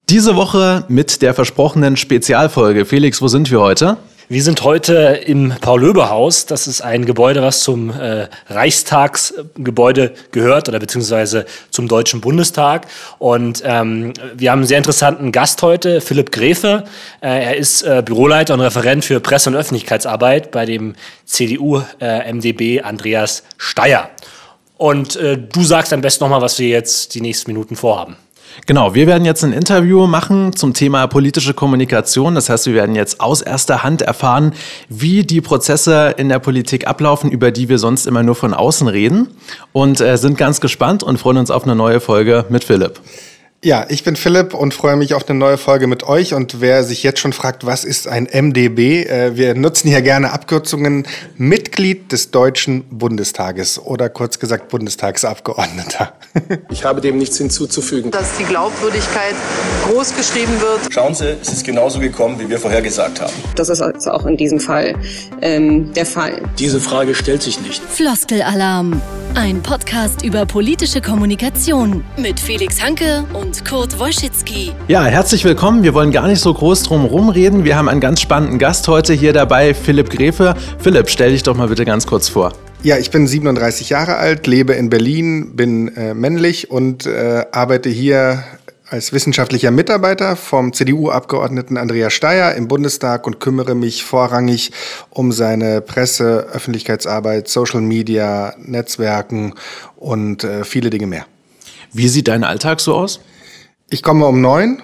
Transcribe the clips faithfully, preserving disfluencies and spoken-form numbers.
Diese Woche mit der versprochenen Spezialfolge. Felix, wo sind wir heute? Wir sind heute im Paul-Löbe-Haus. Das ist ein Gebäude, was zum äh, Reichstagsgebäude gehört oder beziehungsweise zum Deutschen Bundestag. Und ähm, wir haben einen sehr interessanten Gast heute, Philipp Graefe. Äh, er ist äh, Büroleiter und Referent für Presse- und Öffentlichkeitsarbeit bei dem C D U-M D B Andreas Steier. Und äh, du sagst am besten nochmal, was wir jetzt die nächsten Minuten vorhaben. Genau, wir werden jetzt ein Interview machen zum Thema politische Kommunikation. Das heißt, wir werden jetzt aus erster Hand erfahren, wie die Prozesse in der Politik ablaufen, über die wir sonst immer nur von außen reden. Und äh, sind ganz gespannt und freuen uns auf eine neue Folge mit Philipp. Ja, ich bin Philipp und freue mich auf eine neue Folge mit euch. Und wer sich jetzt schon fragt, was ist ein M D B? Äh, wir nutzen hier gerne Abkürzungen. Mitglied des Deutschen Bundestages oder kurz gesagt Bundestagsabgeordneter. Ich habe dem nichts hinzuzufügen. Dass die Glaubwürdigkeit groß geschrieben wird. Schauen Sie, es ist genauso gekommen, wie wir vorhergesagt haben. Das ist also auch in diesem Fall ähm, der Fall. Diese Frage stellt sich nicht. Floskelalarm. Ein Podcast über politische Kommunikation mit Felix Hanke und Kurt Wojcicki. Ja, herzlich willkommen. Wir wollen gar nicht so groß drum herum reden. Wir haben einen ganz spannenden Gast heute hier dabei, Philipp Graefe. Philipp, stell dich doch mal bitte ganz kurz vor. Ja, ich bin siebenunddreißig Jahre alt, lebe in Berlin, bin äh, männlich und äh, arbeite hier als wissenschaftlicher Mitarbeiter vom C D U-Abgeordneten Andreas Steier im Bundestag und kümmere mich vorrangig um seine Presse-, Öffentlichkeitsarbeit, Social Media, Netzwerken und äh, viele Dinge mehr. Wie sieht dein Alltag so aus? Ich komme um neun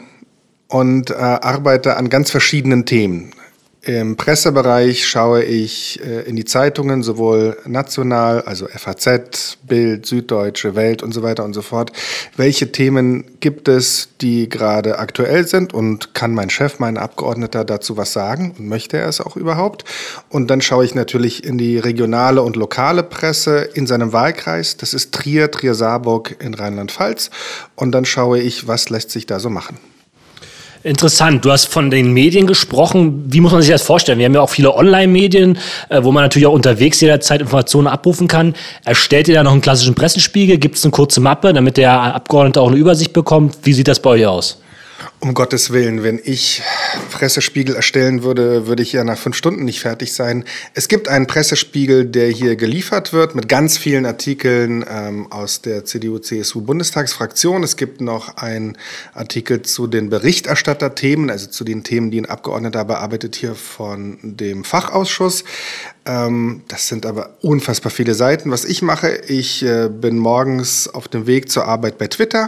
und äh, arbeite an ganz verschiedenen Themen. Im Pressebereich schaue ich äh, in die Zeitungen, sowohl national, also F A Z, Bild, Süddeutsche, Welt und so weiter und so fort. Welche Themen gibt es, die gerade aktuell sind und kann mein Chef, mein Abgeordneter dazu was sagen und möchte er es auch überhaupt? Und dann schaue ich natürlich in die regionale und lokale Presse in seinem Wahlkreis. Das ist Trier, Trier-Saarburg in Rheinland-Pfalz. Und dann schaue ich, was lässt sich da so machen. Interessant. Du hast von den Medien gesprochen. Wie muss man sich das vorstellen? Wir haben ja auch viele Online-Medien, wo man natürlich auch unterwegs jederzeit Informationen abrufen kann. Erstellt ihr da noch einen klassischen Pressespiegel? Gibt es eine kurze Mappe, damit der Abgeordnete auch eine Übersicht bekommt? Wie sieht das bei euch aus? Um Gottes Willen, wenn ich Pressespiegel erstellen würde, würde ich ja nach fünf Stunden nicht fertig sein. Es gibt einen Pressespiegel, der hier geliefert wird mit ganz vielen Artikeln ähm, aus der C D U-C S U-Bundestagsfraktion. Es gibt noch einen Artikel zu den Berichterstatterthemen, also zu den Themen, die ein Abgeordneter bearbeitet hier von dem Fachausschuss. Ähm, das sind aber unfassbar viele Seiten. Was ich mache, ich äh, bin morgens auf dem Weg zur Arbeit bei Twitter.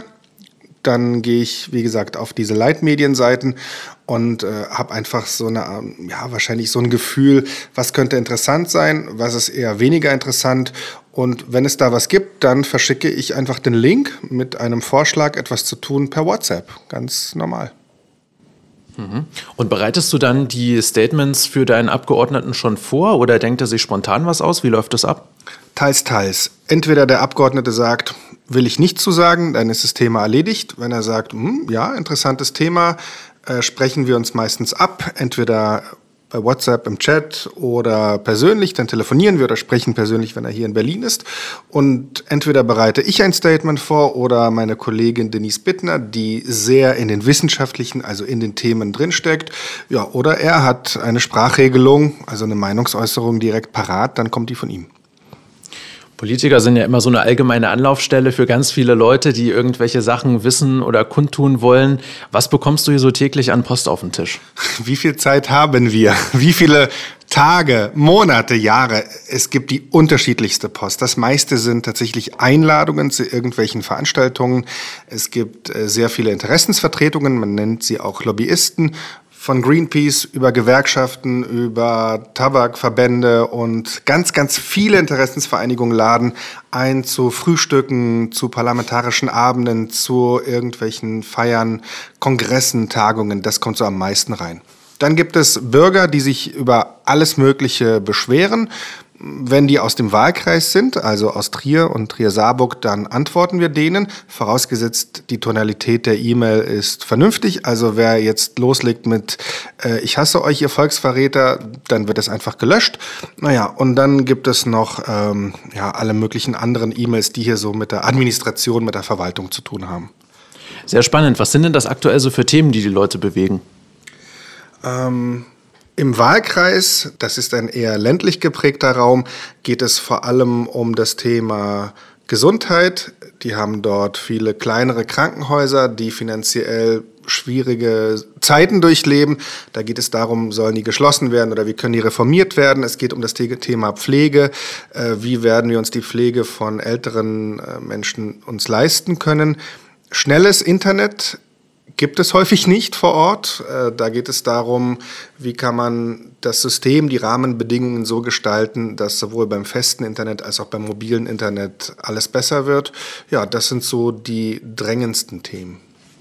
Dann gehe ich, wie gesagt, auf diese Leitmedienseiten und äh, habe einfach so eine, ja, wahrscheinlich so ein Gefühl, was könnte interessant sein, was ist eher weniger interessant. Und wenn es da was gibt, dann verschicke ich einfach den Link mit einem Vorschlag, etwas zu tun, per WhatsApp. Ganz normal. Und bereitest du dann die Statements für deinen Abgeordneten schon vor oder denkt er sich spontan was aus? Wie läuft das ab? Teils, teils. Entweder der Abgeordnete sagt, will ich nicht zu sagen, dann ist das Thema erledigt. Wenn er sagt, hm, ja, interessantes Thema, äh, sprechen wir uns meistens ab, entweder bei WhatsApp im Chat oder persönlich, dann telefonieren wir oder sprechen persönlich, wenn er hier in Berlin ist. Und entweder bereite ich ein Statement vor oder meine Kollegin Denise Bittner, die sehr in den wissenschaftlichen, also in den Themen drinsteckt. Ja, oder er hat eine Sprachregelung, also eine Meinungsäußerung direkt parat, dann kommt die von ihm. Politiker sind ja immer so eine allgemeine Anlaufstelle für ganz viele Leute, die irgendwelche Sachen wissen oder kundtun wollen. Was bekommst du hier so täglich an Post auf den Tisch? Wie viel Zeit haben wir? Wie viele Tage, Monate, Jahre? Es gibt die unterschiedlichste Post. Das meiste sind tatsächlich Einladungen zu irgendwelchen Veranstaltungen. Es gibt sehr viele Interessensvertretungen, man nennt sie auch Lobbyisten. Von Greenpeace über Gewerkschaften, über Tabakverbände und ganz, ganz viele Interessensvereinigungen laden ein zu Frühstücken, zu parlamentarischen Abenden, zu irgendwelchen Feiern, Kongressen, Tagungen. Das kommt so am meisten rein. Dann gibt es Bürger, die sich über alles Mögliche beschweren. Wenn die aus dem Wahlkreis sind, also aus Trier und Trier-Saarburg, dann antworten wir denen, vorausgesetzt die Tonalität der E-Mail ist vernünftig. Also wer jetzt loslegt mit äh, ich hasse euch, ihr Volksverräter, dann wird es einfach gelöscht. Naja, und dann gibt es noch ähm, ja, alle möglichen anderen E-Mails, die hier so mit der Administration, mit der Verwaltung zu tun haben. Sehr spannend. Was sind denn das aktuell so für Themen, die die Leute bewegen? Ähm, im Wahlkreis, das ist ein eher ländlich geprägter Raum, geht es vor allem um das Thema Gesundheit. Die haben dort viele kleinere Krankenhäuser, die finanziell schwierige Zeiten durchleben. Da geht es darum, sollen die geschlossen werden oder wie können die reformiert werden? Es geht um das Thema Pflege. Wie werden wir uns die Pflege von älteren Menschen uns leisten können? Schnelles Internet gibt es häufig nicht vor Ort. Da geht es darum, wie kann man das System, die Rahmenbedingungen so gestalten, dass sowohl beim festen Internet als auch beim mobilen Internet alles besser wird. Ja, das sind so die drängendsten Themen.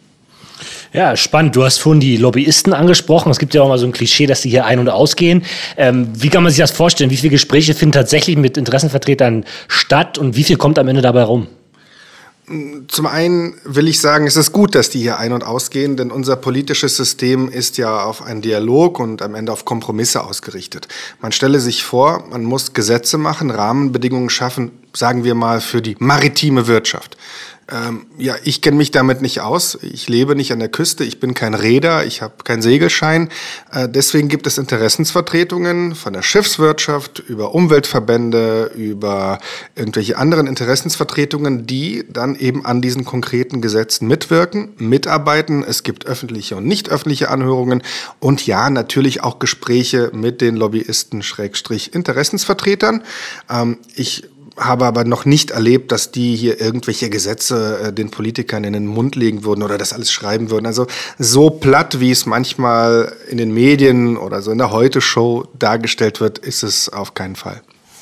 Ja, spannend. Du hast vorhin die Lobbyisten angesprochen. Es gibt ja auch mal so ein Klischee, dass die hier ein- und ausgehen. Ähm, wie kann man sich das vorstellen? Wie viele Gespräche finden tatsächlich mit Interessenvertretern statt und wie viel kommt am Ende dabei rum? Zum einen will ich sagen, es ist gut, dass die hier ein- und ausgehen, denn unser politisches System ist ja auf einen Dialog und am Ende auf Kompromisse ausgerichtet. Man stelle sich vor, man muss Gesetze machen, Rahmenbedingungen schaffen, sagen wir mal, für die maritime Wirtschaft. Ähm, ja, ich kenne mich damit nicht aus. Ich lebe nicht an der Küste. Ich bin kein Reeder. Ich habe keinen Segelschein. Äh, deswegen gibt es Interessensvertretungen von der Schiffswirtschaft über Umweltverbände, über irgendwelche anderen Interessensvertretungen, die dann eben an diesen konkreten Gesetzen mitwirken, mitarbeiten. Es gibt öffentliche und nicht öffentliche Anhörungen und ja, natürlich auch Gespräche mit den Lobbyisten, Schrägstrich Interessensvertretern. Ähm, ich habe aber noch nicht erlebt, dass die hier irgendwelche Gesetze äh, den Politikern in den Mund legen würden oder das alles schreiben würden. Also so platt, wie es manchmal in den Medien oder so in der Heute-Show dargestellt wird, ist es auf keinen Fall.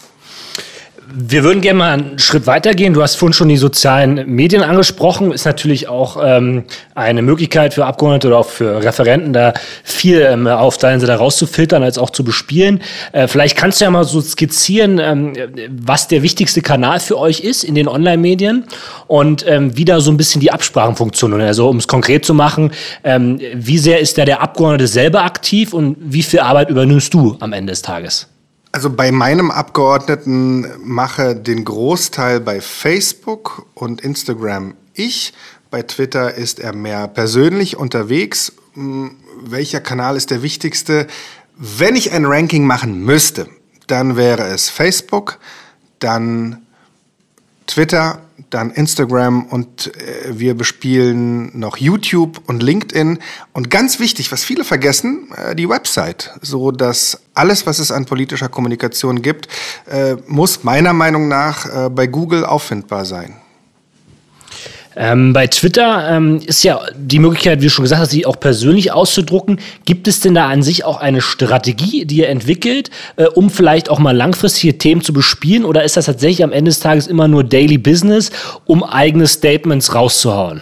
Wir würden gerne mal einen Schritt weitergehen. Du hast vorhin schon die sozialen Medien angesprochen. Ist natürlich auch ähm, eine Möglichkeit für Abgeordnete oder auch für Referenten, da viel ähm, auf der einen Seite rauszufiltern, als auch zu bespielen. Äh, vielleicht kannst du ja mal so skizzieren, ähm, was der wichtigste Kanal für euch ist in den Online-Medien und ähm, wie da so ein bisschen die Absprachen funktionieren. Also um es konkret zu machen, ähm, wie sehr ist da der Abgeordnete selber aktiv und wie viel Arbeit übernimmst du am Ende des Tages? Also bei meinem Abgeordneten mache den Großteil bei Facebook und Instagram ich. Bei Twitter ist er mehr persönlich unterwegs. Welcher Kanal ist der wichtigste? Wenn ich ein Ranking machen müsste, dann wäre es Facebook, dann Twitter, dann Instagram und äh, wir bespielen noch YouTube und LinkedIn. Und ganz wichtig, was viele vergessen, äh, die Website. So dass alles, was es an politischer Kommunikation gibt, äh, muss meiner Meinung nach äh, bei Google auffindbar sein. Ähm, bei Twitter ähm, ist ja die Möglichkeit, wie du schon gesagt hast, sie auch persönlich auszudrucken. Gibt es denn da an sich auch eine Strategie, die ihr entwickelt, äh, um vielleicht auch mal langfristige Themen zu bespielen? Oder ist das tatsächlich am Ende des Tages immer nur Daily Business, um eigene Statements rauszuhauen?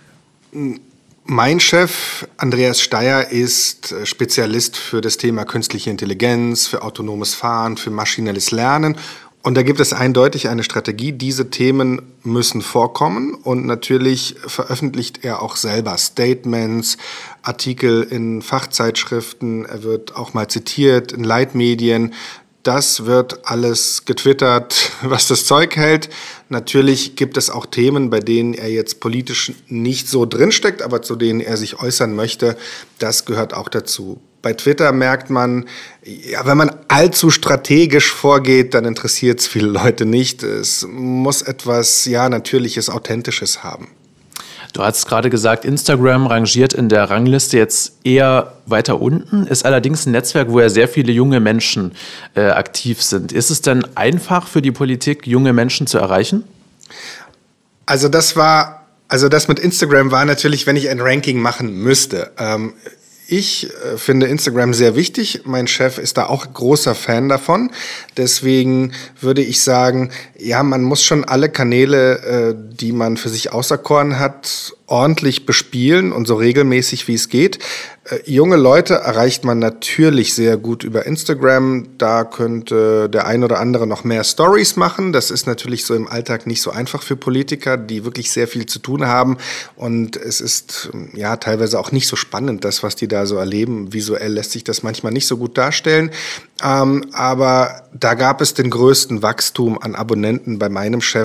Mein Chef, Andreas Steyer, ist Spezialist für das Thema künstliche Intelligenz, für autonomes Fahren, für maschinelles Lernen. Und da gibt es eindeutig eine Strategie. Diese Themen müssen vorkommen. Und natürlich veröffentlicht er auch selber Statements, Artikel in Fachzeitschriften. Er wird auch mal zitiert in Leitmedien. Das wird alles getwittert, was das Zeug hält. Natürlich gibt es auch Themen, bei denen er jetzt politisch nicht so drinsteckt, aber zu denen er sich äußern möchte. Das gehört auch dazu. Bei Twitter merkt man, ja, wenn man allzu strategisch vorgeht, dann interessiert es viele Leute nicht. Es muss etwas, ja, Natürliches, Authentisches haben. Du hast gerade gesagt, Instagram rangiert in der Rangliste jetzt eher weiter unten, ist allerdings ein Netzwerk, wo ja sehr viele junge Menschen äh, aktiv sind. Ist es denn einfach für die Politik, junge Menschen zu erreichen? Also das war, also das mit Instagram war natürlich, wenn ich ein Ranking machen müsste. Ähm, Ich äh, finde Instagram sehr wichtig. Mein Chef ist da auch großer Fan davon. Deswegen würde ich sagen, ja, man muss schon alle Kanäle, äh, die man für sich auserkoren hat, ordentlich bespielen und so regelmäßig wie es geht. Äh, junge Leute erreicht man natürlich sehr gut über Instagram. Da könnte der ein oder andere noch mehr Stories machen. Das ist natürlich so im Alltag nicht so einfach für Politiker, die wirklich sehr viel zu tun haben. Und es ist ja teilweise auch nicht so spannend, das, was die da so erleben. Visuell lässt sich das manchmal nicht so gut darstellen. Ähm, aber da gab es den größten Wachstum an Abonnenten bei meinem Chef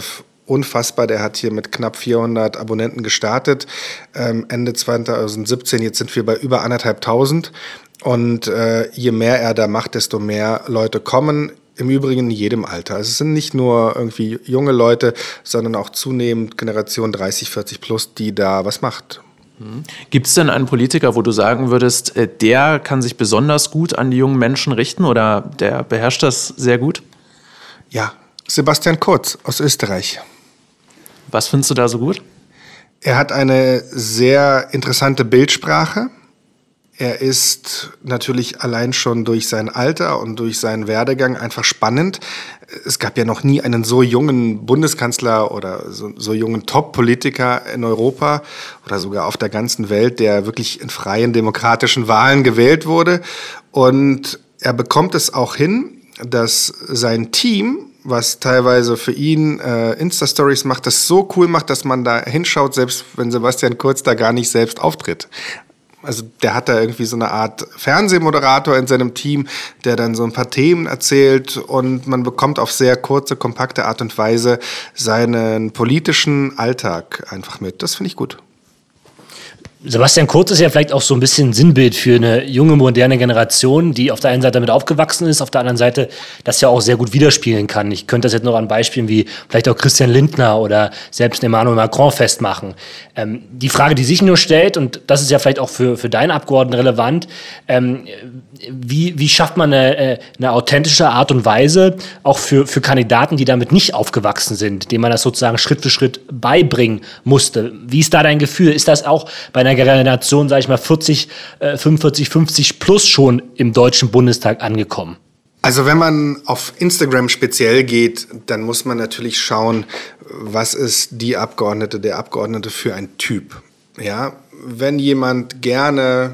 unfassbar. Der hat hier mit knapp vierhundert Abonnenten gestartet, ähm, Ende zwanzig siebzehn. Jetzt sind wir bei über anderthalbtausend. Und äh, je mehr er da macht, desto mehr Leute kommen. Im Übrigen in jedem Alter. Also es sind nicht nur irgendwie junge Leute, sondern auch zunehmend Generation dreißig, vierzig plus, die da was macht. Gibt es denn einen Politiker, wo du sagen würdest, der kann sich besonders gut an die jungen Menschen richten oder der beherrscht das sehr gut? Ja, Sebastian Kurz aus Österreich. Was findest du da so gut? Er hat eine sehr interessante Bildsprache. Er ist natürlich allein schon durch sein Alter und durch seinen Werdegang einfach spannend. Es gab ja noch nie einen so jungen Bundeskanzler oder so, so jungen Top-Politiker in Europa oder sogar auf der ganzen Welt, der wirklich in freien demokratischen Wahlen gewählt wurde. Und er bekommt es auch hin, dass sein Team, was teilweise für ihn äh, Insta-Stories macht, das so cool macht, dass man da hinschaut, selbst wenn Sebastian Kurz da gar nicht selbst auftritt. Also der hat da irgendwie so eine Art Fernsehmoderator in seinem Team, der dann so ein paar Themen erzählt und man bekommt auf sehr kurze, kompakte Art und Weise seinen politischen Alltag einfach mit. Das finde ich gut. Sebastian Kurz ist ja vielleicht auch so ein bisschen Sinnbild für eine junge, moderne Generation, die auf der einen Seite damit aufgewachsen ist, auf der anderen Seite das ja auch sehr gut widerspiegeln kann. Ich könnte das jetzt noch an Beispielen wie vielleicht auch Christian Lindner oder selbst Emmanuel Macron festmachen. Ähm, die Frage, die sich nur stellt, und das ist ja vielleicht auch für, für deinen Abgeordneten relevant, ähm, wie, wie schafft man eine, eine authentische Art und Weise, auch für, für Kandidaten, die damit nicht aufgewachsen sind, denen man das sozusagen Schritt für Schritt beibringen musste. Wie ist da dein Gefühl? Ist das auch bei einer Generation, sage ich mal, vierzig, fünfundvierzig, fünfzig plus schon im Deutschen Bundestag angekommen? Also wenn man auf Instagram speziell geht, dann muss man natürlich schauen, was ist die Abgeordnete, der Abgeordnete für ein Typ. Ja, wenn jemand gerne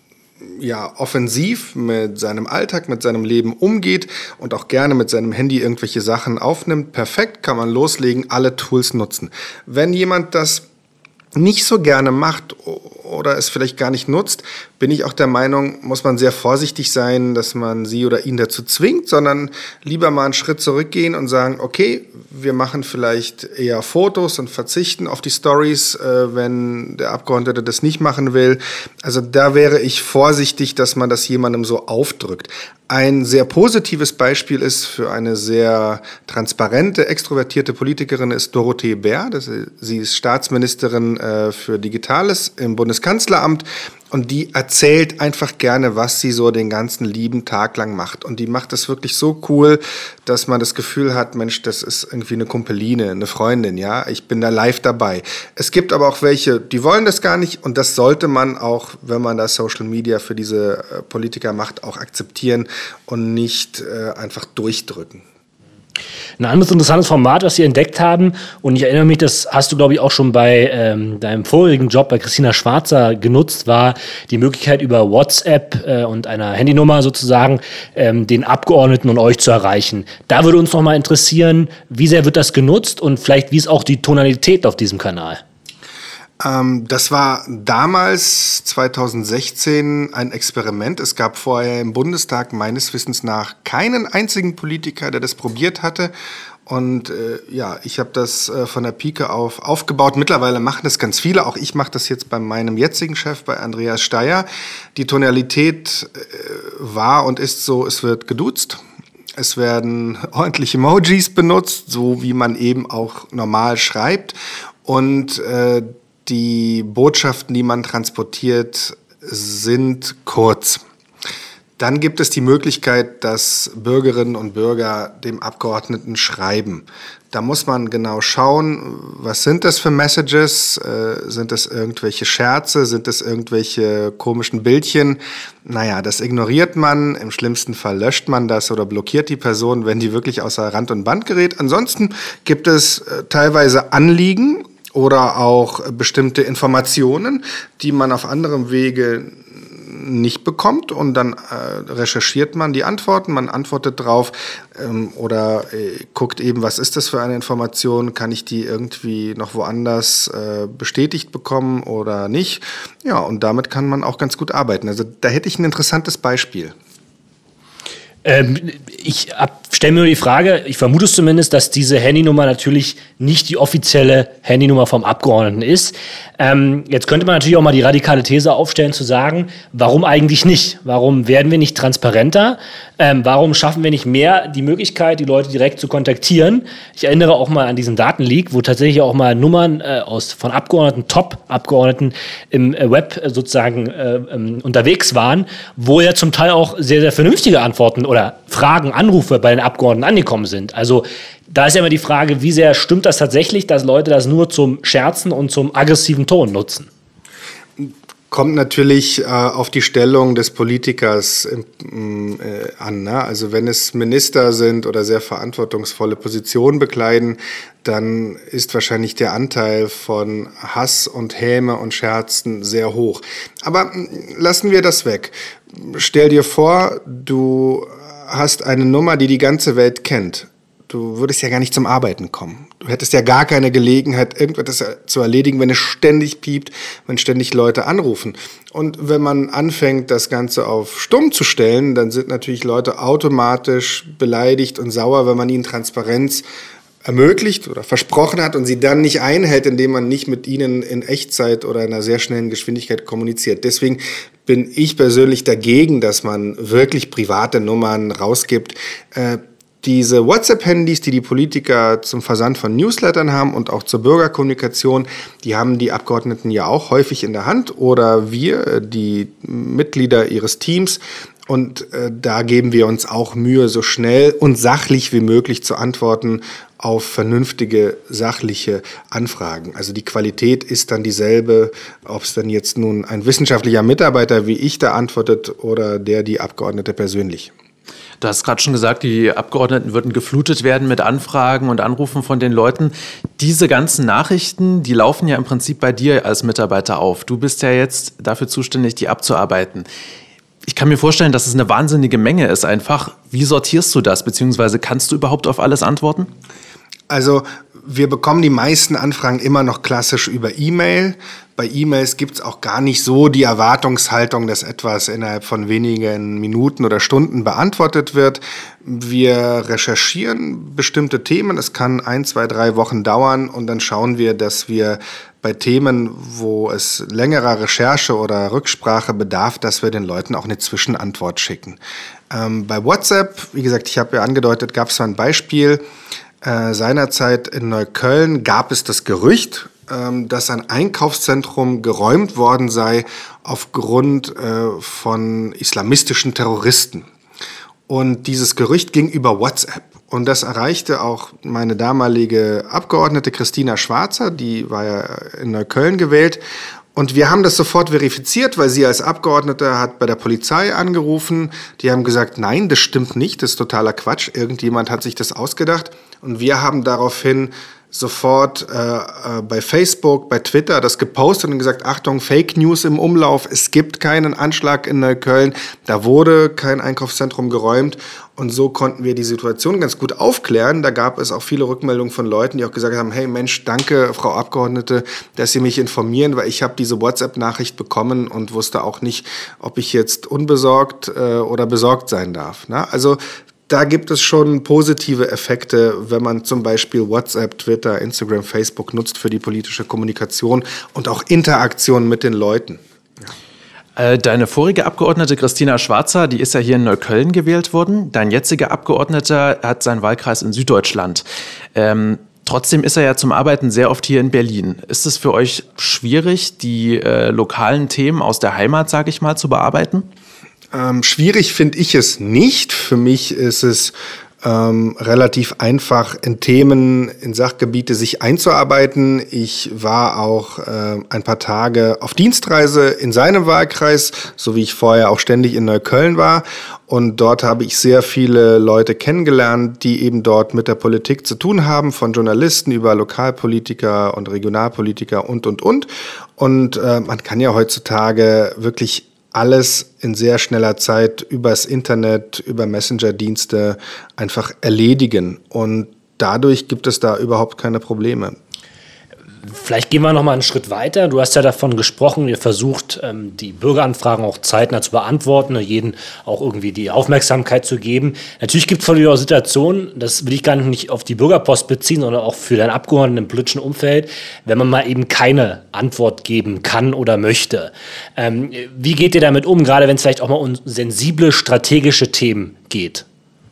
ja, offensiv mit seinem Alltag, mit seinem Leben umgeht und auch gerne mit seinem Handy irgendwelche Sachen aufnimmt, perfekt, kann man loslegen, alle Tools nutzen. Wenn jemand das nicht so gerne macht oder es vielleicht gar nicht nutzt, bin ich auch der Meinung, muss man sehr vorsichtig sein, dass man sie oder ihn dazu zwingt, sondern lieber mal einen Schritt zurückgehen und sagen, okay, wir machen vielleicht eher Fotos und verzichten auf die Stories, äh, wenn der Abgeordnete das nicht machen will. Also da wäre ich vorsichtig, dass man das jemandem so aufdrückt. Ein sehr positives Beispiel ist für eine sehr transparente, extrovertierte Politikerin ist Dorothee Bär. Das ist, sie ist Staatsministerin äh, für Digitales im Bundeskanzleramt. Und die erzählt einfach gerne, was sie so den ganzen lieben Tag lang macht. Und die macht das wirklich so cool, dass man das Gefühl hat, Mensch, das ist irgendwie eine Kumpeline, eine Freundin, ja. Ich bin da live dabei. Es gibt aber auch welche, die wollen das gar nicht. Und das sollte man auch, wenn man da Social Media für diese äh, Politiker macht, auch akzeptieren und nicht äh, einfach durchdrücken. Ein anderes interessantes Format, was Sie entdeckt haben, und ich erinnere mich, das hast du, glaube ich, auch schon bei ähm, deinem vorigen Job bei Christina Schwarzer genutzt, war die Möglichkeit, über WhatsApp äh, und einer Handynummer sozusagen ähm, den Abgeordneten und euch zu erreichen. Da würde uns noch mal interessieren, wie sehr wird das genutzt und vielleicht wie ist auch die Tonalität auf diesem Kanal? Ähm, das war damals, zwanzig sechzehn, ein Experiment. Es gab vorher im Bundestag meines Wissens nach keinen einzigen Politiker, der das probiert hatte. Und äh, ja, ich habe das äh, von der Pike auf aufgebaut. Mittlerweile machen das ganz viele. Auch ich mache das jetzt bei meinem jetzigen Chef, bei Andreas Steyer. Die Tonalität äh, war und ist so, es wird geduzt. Es werden ordentlich Emojis benutzt, so wie man eben auch normal schreibt. Und äh, die Botschaften, die man transportiert, sind kurz. Dann gibt es die Möglichkeit, dass Bürgerinnen und Bürger dem Abgeordneten schreiben. Da muss man genau schauen, was sind das für Messages? Äh, sind das irgendwelche Scherze? Sind das irgendwelche komischen Bildchen? Naja, das ignoriert man. Im schlimmsten Fall löscht man das oder blockiert die Person, wenn die wirklich außer Rand und Band gerät. Ansonsten gibt es äh, teilweise Anliegen oder auch bestimmte Informationen, die man auf anderem Wege nicht bekommt, und dann äh, recherchiert man die Antworten, man antwortet drauf ähm, oder äh, guckt eben, was ist das für eine Information, kann ich die irgendwie noch woanders äh, bestätigt bekommen oder nicht. Ja, und damit kann man auch ganz gut arbeiten. Also da hätte ich ein interessantes Beispiel. Ähm, ich stelle mir nur die Frage, ich vermute es zumindest, dass diese Handynummer natürlich nicht die offizielle Handynummer vom Abgeordneten ist. Ähm, jetzt könnte man natürlich auch mal die radikale These aufstellen, zu sagen, warum eigentlich nicht? Warum werden wir nicht transparenter? Ähm, warum schaffen wir nicht mehr die Möglichkeit, die Leute direkt zu kontaktieren? Ich erinnere auch mal an diesen Datenleak, wo tatsächlich auch mal Nummern äh, aus, von Abgeordneten, Top-Abgeordneten im äh, Web äh, sozusagen äh, ähm, unterwegs waren, wo ja zum Teil auch sehr, sehr vernünftige Antworten oder Fragen, Anrufe bei den Abgeordneten angekommen sind. Also da ist ja immer die Frage, wie sehr stimmt das tatsächlich, dass Leute das nur zum Scherzen und zum aggressiven Ton nutzen? Kommt natürlich äh, auf die Stellung des Politikers äh, an. Ne? Also wenn es Minister sind oder sehr verantwortungsvolle Positionen bekleiden, dann ist wahrscheinlich der Anteil von Hass und Häme und Scherzen sehr hoch. Aber lassen wir das weg. Stell dir vor, du hast eine Nummer, die die ganze Welt kennt. Du würdest ja gar nicht zum Arbeiten kommen. Du hättest ja gar keine Gelegenheit, irgendwas zu erledigen, wenn es ständig piept, wenn ständig Leute anrufen. Und wenn man anfängt, das Ganze auf stumm zu stellen, dann sind natürlich Leute automatisch beleidigt und sauer, wenn man ihnen Transparenz ermöglicht oder versprochen hat und sie dann nicht einhält, indem man nicht mit ihnen in Echtzeit oder in einer sehr schnellen Geschwindigkeit kommuniziert. Deswegen bin ich persönlich dagegen, dass man wirklich private Nummern rausgibt. Äh, Diese WhatsApp-Handys, die die Politiker zum Versand von Newslettern haben und auch zur Bürgerkommunikation, die haben die Abgeordneten ja auch häufig in der Hand oder wir, die Mitglieder ihres Teams. Und äh, da geben wir uns auch Mühe, so schnell und sachlich wie möglich zu antworten auf vernünftige, sachliche Anfragen. Also die Qualität ist dann dieselbe, ob es dann jetzt nun ein wissenschaftlicher Mitarbeiter wie ich da antwortet oder der die Abgeordnete persönlich. Du hast gerade schon gesagt, die Abgeordneten würden geflutet werden mit Anfragen und Anrufen von den Leuten. Diese ganzen Nachrichten, die laufen ja im Prinzip bei dir als Mitarbeiter auf. Du bist ja jetzt dafür zuständig, die abzuarbeiten. Ich kann mir vorstellen, dass es eine wahnsinnige Menge ist einfach. Wie sortierst du das, beziehungsweise kannst du überhaupt auf alles antworten? Also wir bekommen die meisten Anfragen immer noch klassisch über E-Mail. Bei E-Mails gibt es auch gar nicht so die Erwartungshaltung, dass etwas innerhalb von wenigen Minuten oder Stunden beantwortet wird. Wir recherchieren bestimmte Themen. Es kann ein, zwei, drei Wochen dauern und dann schauen wir, dass wir bei Themen, wo es längerer Recherche oder Rücksprache bedarf, dass wir den Leuten auch eine Zwischenantwort schicken. Ähm, bei WhatsApp, wie gesagt, ich habe ja angedeutet, gab es mal ein Beispiel. Äh, seinerzeit in Neukölln gab es das Gerücht, ähm, dass ein Einkaufszentrum geräumt worden sei aufgrund äh, von islamistischen Terroristen. Und dieses Gerücht ging über WhatsApp. Und das erreichte auch meine damalige Abgeordnete Christina Schwarzer, die war ja in Neukölln gewählt. Und wir haben das sofort verifiziert, weil sie als Abgeordnete hat bei der Polizei angerufen. Die haben gesagt, nein, das stimmt nicht, das ist totaler Quatsch. Irgendjemand hat sich das ausgedacht. Und wir haben daraufhin sofort äh, bei Facebook, bei Twitter das gepostet und gesagt, Achtung, Fake News im Umlauf, es gibt keinen Anschlag in Neukölln, da wurde kein Einkaufszentrum geräumt und so konnten wir die Situation ganz gut aufklären. Da gab es auch viele Rückmeldungen von Leuten, die auch gesagt haben, hey Mensch, danke Frau Abgeordnete, dass Sie mich informieren, weil ich habe diese WhatsApp-Nachricht bekommen und wusste auch nicht, ob ich jetzt unbesorgt äh, oder besorgt sein darf. Na? Also da gibt es schon positive Effekte, wenn man zum Beispiel WhatsApp, Twitter, Instagram, Facebook nutzt für die politische Kommunikation und auch Interaktion mit den Leuten. Ja. Deine vorige Abgeordnete Christina Schwarzer, die ist ja hier in Neukölln gewählt worden. Dein jetziger Abgeordneter hat seinen Wahlkreis in Süddeutschland. Ähm, trotzdem ist er ja zum Arbeiten sehr oft hier in Berlin. Ist es für euch schwierig, die äh, lokalen Themen aus der Heimat, sage ich mal, zu bearbeiten? Ähm, schwierig finde ich es nicht. Für mich ist es ähm, relativ einfach, in Themen, in Sachgebiete sich einzuarbeiten. Ich war auch äh, ein paar Tage auf Dienstreise in seinem Wahlkreis, so wie ich vorher auch ständig in Neukölln war. Und dort habe ich sehr viele Leute kennengelernt, die eben dort mit der Politik zu tun haben, von Journalisten über Lokalpolitiker und Regionalpolitiker und, und, und. Und äh, man kann ja heutzutage wirklich alles in sehr schneller Zeit übers Internet, über Messenger-Dienste einfach erledigen. Und dadurch gibt es da überhaupt keine Probleme. Vielleicht gehen wir noch mal einen Schritt weiter. Du hast ja davon gesprochen, ihr versucht, die Bürgeranfragen auch zeitnah zu beantworten, jeden auch irgendwie die Aufmerksamkeit zu geben. Natürlich gibt es natürlich auch Situationen, das will ich gar nicht auf die Bürgerpost beziehen, sondern auch für deinen Abgeordneten im politischen Umfeld, wenn man mal eben keine Antwort geben kann oder möchte. Ähm, wie geht ihr damit um, gerade wenn es vielleicht auch mal um sensible strategische Themen geht?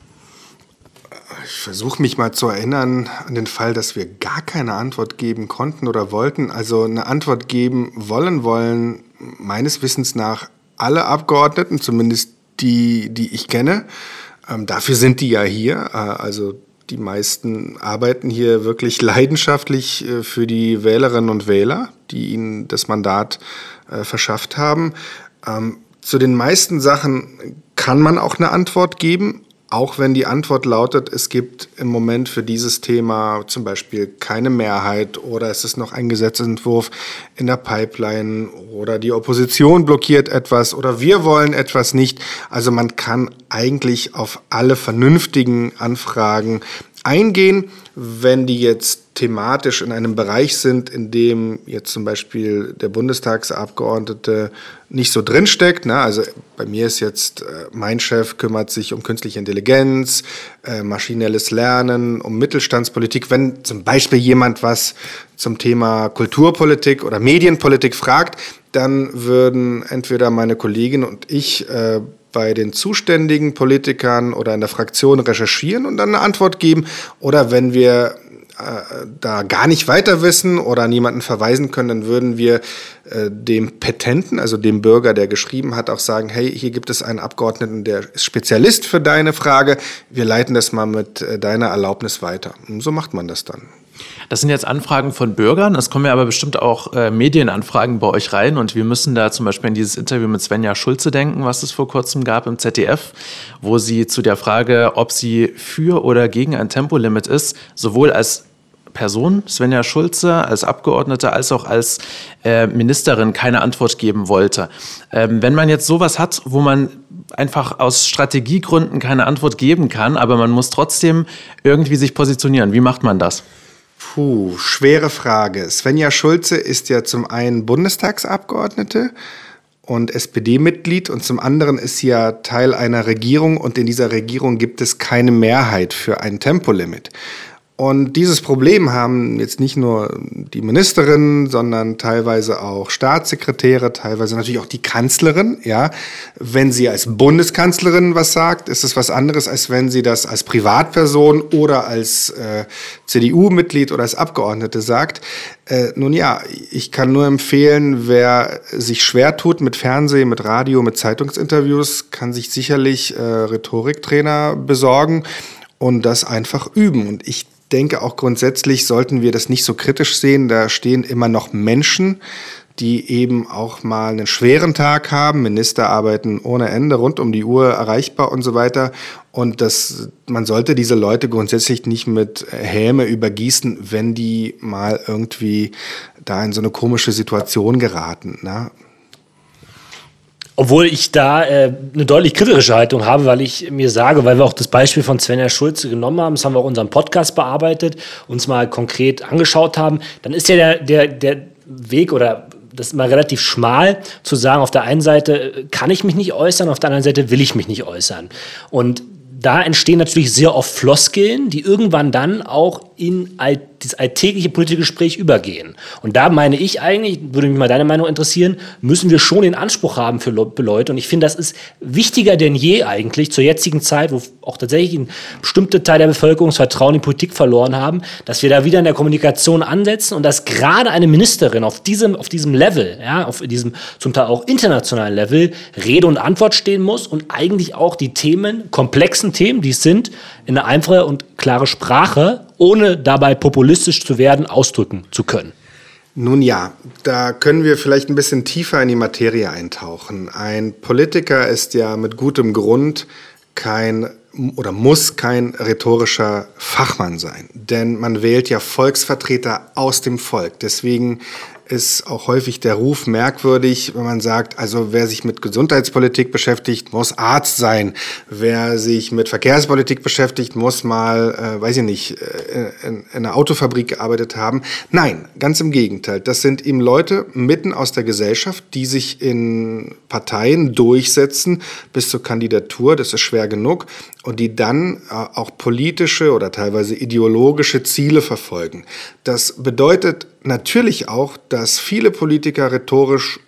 Ich versuche mich mal zu erinnern an den Fall, dass wir gar keine Antwort geben konnten oder wollten. Also eine Antwort geben wollen wollen, meines Wissens nach alle Abgeordneten, zumindest die, die ich kenne. Ähm, dafür sind die ja hier. Äh, also die meisten arbeiten hier wirklich leidenschaftlich äh, für die Wählerinnen und Wähler, die ihnen das Mandat äh, verschafft haben. Ähm, zu den meisten Sachen kann man auch eine Antwort geben. Auch wenn die Antwort lautet, es gibt im Moment für dieses Thema zum Beispiel keine Mehrheit oder es ist noch ein Gesetzentwurf in der Pipeline oder die Opposition blockiert etwas oder wir wollen etwas nicht. Also man kann eigentlich auf alle vernünftigen Anfragen eingehen, wenn die jetzt thematisch in einem Bereich sind, in dem jetzt zum Beispiel der Bundestagsabgeordnete nicht so drinsteckt. Ne? Also bei mir ist jetzt, äh, mein Chef kümmert sich um künstliche Intelligenz, äh, maschinelles Lernen, um Mittelstandspolitik. Wenn zum Beispiel jemand was zum Thema Kulturpolitik oder Medienpolitik fragt, dann würden entweder meine Kollegin und ich äh, bei den zuständigen Politikern oder in der Fraktion recherchieren und dann eine Antwort geben. Oder wenn wir äh, da gar nicht weiter wissen oder niemanden verweisen können, dann würden wir äh, dem Petenten, also dem Bürger, der geschrieben hat, auch sagen, hey, hier gibt es einen Abgeordneten, der ist Spezialist für deine Frage. Wir leiten das mal mit äh, deiner Erlaubnis weiter. Und so macht man das dann. Das sind jetzt Anfragen von Bürgern, es kommen ja aber bestimmt auch äh, Medienanfragen bei euch rein und wir müssen da zum Beispiel in dieses Interview mit Svenja Schulze denken, was es vor kurzem gab im Z D F, wo sie zu der Frage, ob sie für oder gegen ein Tempolimit ist, sowohl als Person, Svenja Schulze, als Abgeordnete, als auch als äh, Ministerin keine Antwort geben wollte. Ähm, wenn man jetzt sowas hat, wo man einfach aus Strategiegründen keine Antwort geben kann, aber man muss trotzdem irgendwie sich positionieren, wie macht man das? Puh, schwere Frage. Svenja Schulze ist ja zum einen Bundestagsabgeordnete und S P D-Mitglied und zum anderen ist sie ja Teil einer Regierung und in dieser Regierung gibt es keine Mehrheit für ein Tempolimit. Und dieses Problem haben jetzt nicht nur die Ministerin, sondern teilweise auch Staatssekretäre, teilweise natürlich auch die Kanzlerin. Ja, wenn sie als Bundeskanzlerin was sagt, ist es was anderes, als wenn sie das als Privatperson oder als äh, C D U-Mitglied oder als Abgeordnete sagt. Äh, nun ja, ich kann nur empfehlen, wer sich schwer tut mit Fernsehen, mit Radio, mit Zeitungsinterviews, kann sich sicherlich äh, Rhetoriktrainer besorgen und das einfach üben. Und ich denke auch grundsätzlich sollten wir das nicht so kritisch sehen. Da stehen immer noch Menschen, die eben auch mal einen schweren Tag haben. Minister arbeiten ohne Ende, rund um die Uhr erreichbar und so weiter. Und das, man sollte diese Leute grundsätzlich nicht mit Häme übergießen, wenn die mal irgendwie da in so eine komische Situation geraten, ne? Obwohl ich da äh, eine deutlich kritische Haltung habe, weil ich mir sage, weil wir auch das Beispiel von Svenja Schulze genommen haben, das haben wir auch in unserem Podcast bearbeitet, uns mal konkret angeschaut haben, dann ist ja der, der, der Weg oder das ist mal relativ schmal, zu sagen, auf der einen Seite kann ich mich nicht äußern, auf der anderen Seite will ich mich nicht äußern. Und da entstehen natürlich sehr oft Floskeln, die irgendwann dann auch in all, das alltägliche politische Gespräch übergehen. Und da meine ich eigentlich, würde mich mal deine Meinung interessieren, müssen wir schon den Anspruch haben für Leute. Und ich finde, das ist wichtiger denn je eigentlich zur jetzigen Zeit, wo auch tatsächlich ein bestimmter Teil der Bevölkerung das Vertrauen in die Politik verloren haben, dass wir da wieder in der Kommunikation ansetzen und dass gerade eine Ministerin auf diesem, auf diesem Level, ja, auf diesem zum Teil auch internationalen Level, Rede und Antwort stehen muss und eigentlich auch die Themen, komplexen Themen, die es sind, in eine einfache und klare Sprache, ohne dabei populistisch zu werden, ausdrücken zu können. Nun ja, da können wir vielleicht ein bisschen tiefer in die Materie eintauchen. Ein Politiker ist ja mit gutem Grund kein oder muss kein rhetorischer Fachmann sein, denn man wählt ja Volksvertreter aus dem Volk. Deswegen ist auch häufig der Ruf merkwürdig, wenn man sagt, also wer sich mit Gesundheitspolitik beschäftigt, muss Arzt sein. Wer sich mit Verkehrspolitik beschäftigt, muss mal, äh, weiß ich nicht, äh, in, in einer Autofabrik gearbeitet haben. Nein, ganz im Gegenteil. Das sind eben Leute mitten aus der Gesellschaft, die sich in Parteien durchsetzen bis zur Kandidatur. Das ist schwer genug. Und die dann äh, auch politische oder teilweise ideologische Ziele verfolgen. Das bedeutet natürlich auch, dass viele Politiker rhetorisch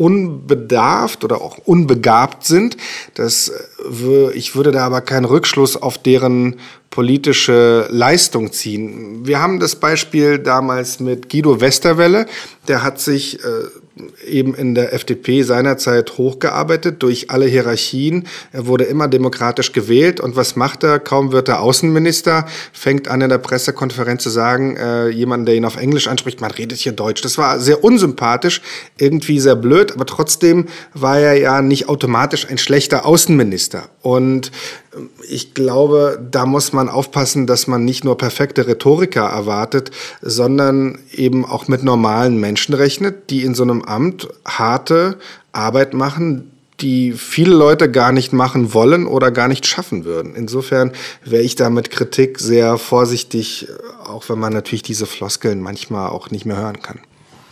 unbedarft oder auch unbegabt sind. Das, ich würde da aber keinen Rückschluss auf deren politische Leistung ziehen. Wir haben das Beispiel damals mit Guido Westerwelle. Der hat sich äh, eben in der F D P seinerzeit hochgearbeitet durch alle Hierarchien. Er wurde immer demokratisch gewählt. Und was macht er? Kaum wird er Außenminister, fängt an in der Pressekonferenz zu sagen, äh, jemand, der ihn auf Englisch anspricht, man redet hier Deutsch. Das war sehr unsympathisch, irgendwie sehr blöd, aber trotzdem war er ja nicht automatisch ein schlechter Außenminister. Und ich glaube, da muss man aufpassen, dass man nicht nur perfekte Rhetoriker erwartet, sondern eben auch mit normalen Menschen rechnet, die in so einem Amt harte Arbeit machen, die viele Leute gar nicht machen wollen oder gar nicht schaffen würden. Insofern wäre ich da mit Kritik sehr vorsichtig, auch wenn man natürlich diese Floskeln manchmal auch nicht mehr hören kann.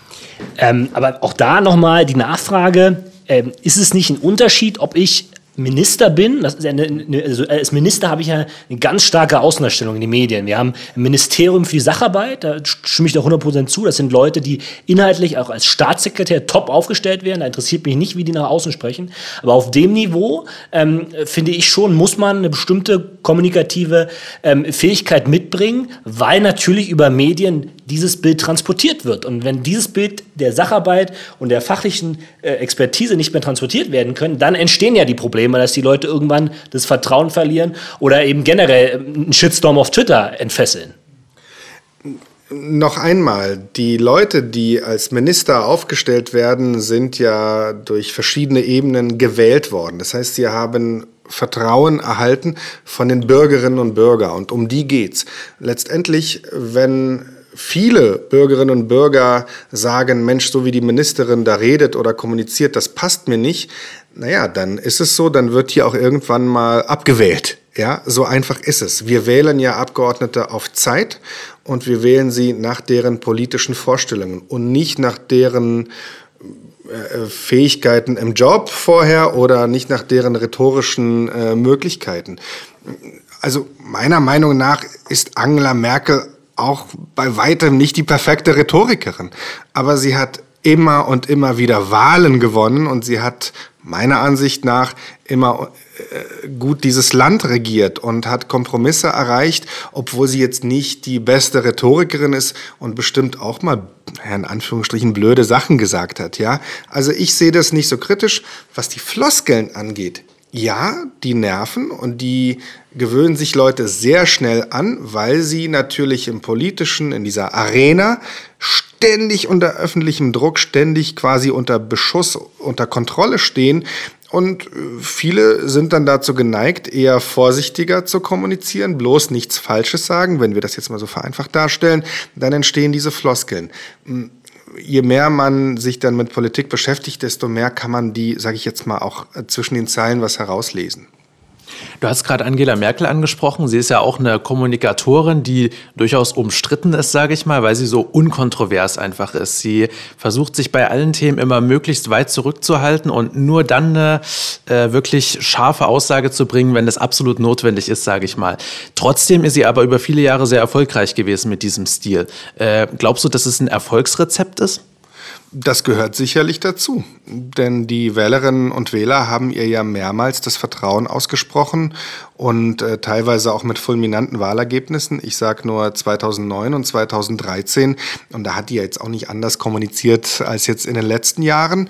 Ähm, aber auch da nochmal die Nachfrage, ähm, ist es nicht ein Unterschied, ob ich Minister bin? Das ist eine, eine, also als Minister habe ich ja eine ganz starke Außendarstellung in den Medien. Wir haben ein Ministerium für die Sacharbeit, da stimme ich da hundert Prozent zu. Das sind Leute, die inhaltlich auch als Staatssekretär top aufgestellt werden. Da interessiert mich nicht, wie die nach außen sprechen. Aber auf dem Niveau, ähm, finde ich schon, muss man eine bestimmte kommunikative ähm, Fähigkeit mitbringen, weil natürlich über Medien dieses Bild transportiert wird. Und wenn dieses Bild der Sacharbeit und der fachlichen äh, Expertise nicht mehr transportiert werden können, dann entstehen ja die Probleme, dass die Leute irgendwann das Vertrauen verlieren oder eben generell einen Shitstorm auf Twitter entfesseln. Noch einmal, die Leute, die als Minister aufgestellt werden, sind ja durch verschiedene Ebenen gewählt worden. Das heißt, sie haben Vertrauen erhalten von den Bürgerinnen und Bürgern. Und um die geht's. Letztendlich, wenn viele Bürgerinnen und Bürger sagen, Mensch, so wie die Ministerin da redet oder kommuniziert, das passt mir nicht, naja, dann ist es so, dann wird hier auch irgendwann mal abgewählt. Ja, so einfach ist es. Wir wählen ja Abgeordnete auf Zeit und wir wählen sie nach deren politischen Vorstellungen und nicht nach deren äh, Fähigkeiten im Job vorher oder nicht nach deren rhetorischen äh, Möglichkeiten. Also meiner Meinung nach ist Angela Merkel auch bei weitem nicht die perfekte Rhetorikerin. Aber sie hat immer und immer wieder Wahlen gewonnen und sie hat meiner Ansicht nach immer äh, gut dieses Land regiert und hat Kompromisse erreicht, obwohl sie jetzt nicht die beste Rhetorikerin ist und bestimmt auch mal, in Anführungsstrichen, blöde Sachen gesagt hat. Ja? Also ich sehe das nicht so kritisch. Was die Floskeln angeht, ja, die nerven und die gewöhnen sich Leute sehr schnell an, weil sie natürlich im Politischen, in dieser Arena ständig unter öffentlichem Druck, ständig quasi unter Beschuss, unter Kontrolle stehen. Und viele sind dann dazu geneigt, eher vorsichtiger zu kommunizieren, bloß nichts Falsches sagen. Wenn wir das jetzt mal so vereinfacht darstellen, dann entstehen diese Floskeln. Je mehr man sich dann mit Politik beschäftigt, desto mehr kann man die, sage ich jetzt mal, auch zwischen den Zeilen was herauslesen. Du hast gerade Angela Merkel angesprochen. Sie ist ja auch eine Kommunikatorin, die durchaus umstritten ist, sage ich mal, weil sie so unkontrovers einfach ist. Sie versucht sich bei allen Themen immer möglichst weit zurückzuhalten und nur dann eine äh, wirklich scharfe Aussage zu bringen, wenn das absolut notwendig ist, sage ich mal. Trotzdem ist sie aber über viele Jahre sehr erfolgreich gewesen mit diesem Stil. Äh, glaubst du, dass es ein Erfolgsrezept ist? Das gehört sicherlich dazu, denn die Wählerinnen und Wähler haben ihr ja mehrmals das Vertrauen ausgesprochen und äh, teilweise auch mit fulminanten Wahlergebnissen. Ich sage nur zweitausendneun und zweitausenddreizehn und da hat die ja jetzt auch nicht anders kommuniziert als jetzt in den letzten Jahren.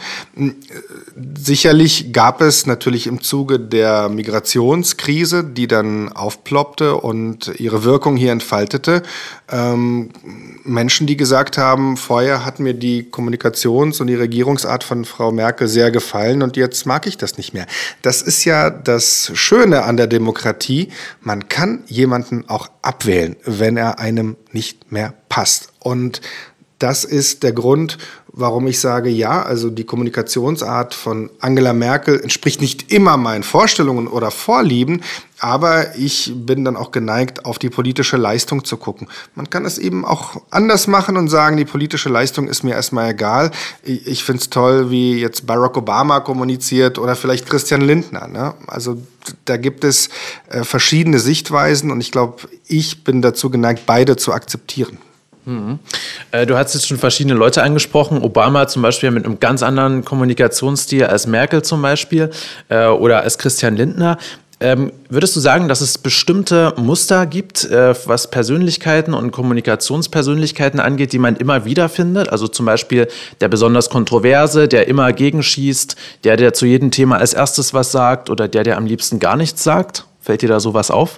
Sicherlich gab es natürlich im Zuge der Migrationskrise, die dann aufploppte und ihre Wirkung hier entfaltete, ähm, Menschen, die gesagt haben, vorher hat mir die Kommunikations- und die Regierungsart von Frau Merkel sehr gefallen und jetzt mag ich das nicht mehr. Das ist ja das Schöne an der Demokratie. Man kann jemanden auch abwählen, wenn er einem nicht mehr passt. Und das ist der Grund, warum ich sage, ja, also die Kommunikationsart von Angela Merkel entspricht nicht immer meinen Vorstellungen oder Vorlieben, aber ich bin dann auch geneigt, auf die politische Leistung zu gucken. Man kann es eben auch anders machen und sagen, die politische Leistung ist mir erstmal egal. Ich, ich finde es toll, wie jetzt Barack Obama kommuniziert oder vielleicht Christian Lindner, ne? Also da gibt es äh, verschiedene Sichtweisen und ich glaube, ich bin dazu geneigt, beide zu akzeptieren. Mhm. Äh, du hast jetzt schon verschiedene Leute angesprochen. Obama zum Beispiel mit einem ganz anderen Kommunikationsstil als Merkel zum Beispiel äh, oder als Christian Lindner. Ähm, würdest du sagen, dass es bestimmte Muster gibt, äh, was Persönlichkeiten und Kommunikationspersönlichkeiten angeht, die man immer wieder findet? Also zum Beispiel der besonders Kontroverse, der immer gegenschießt, der, der zu jedem Thema als erstes was sagt oder der, der am liebsten gar nichts sagt? Fällt dir da sowas auf?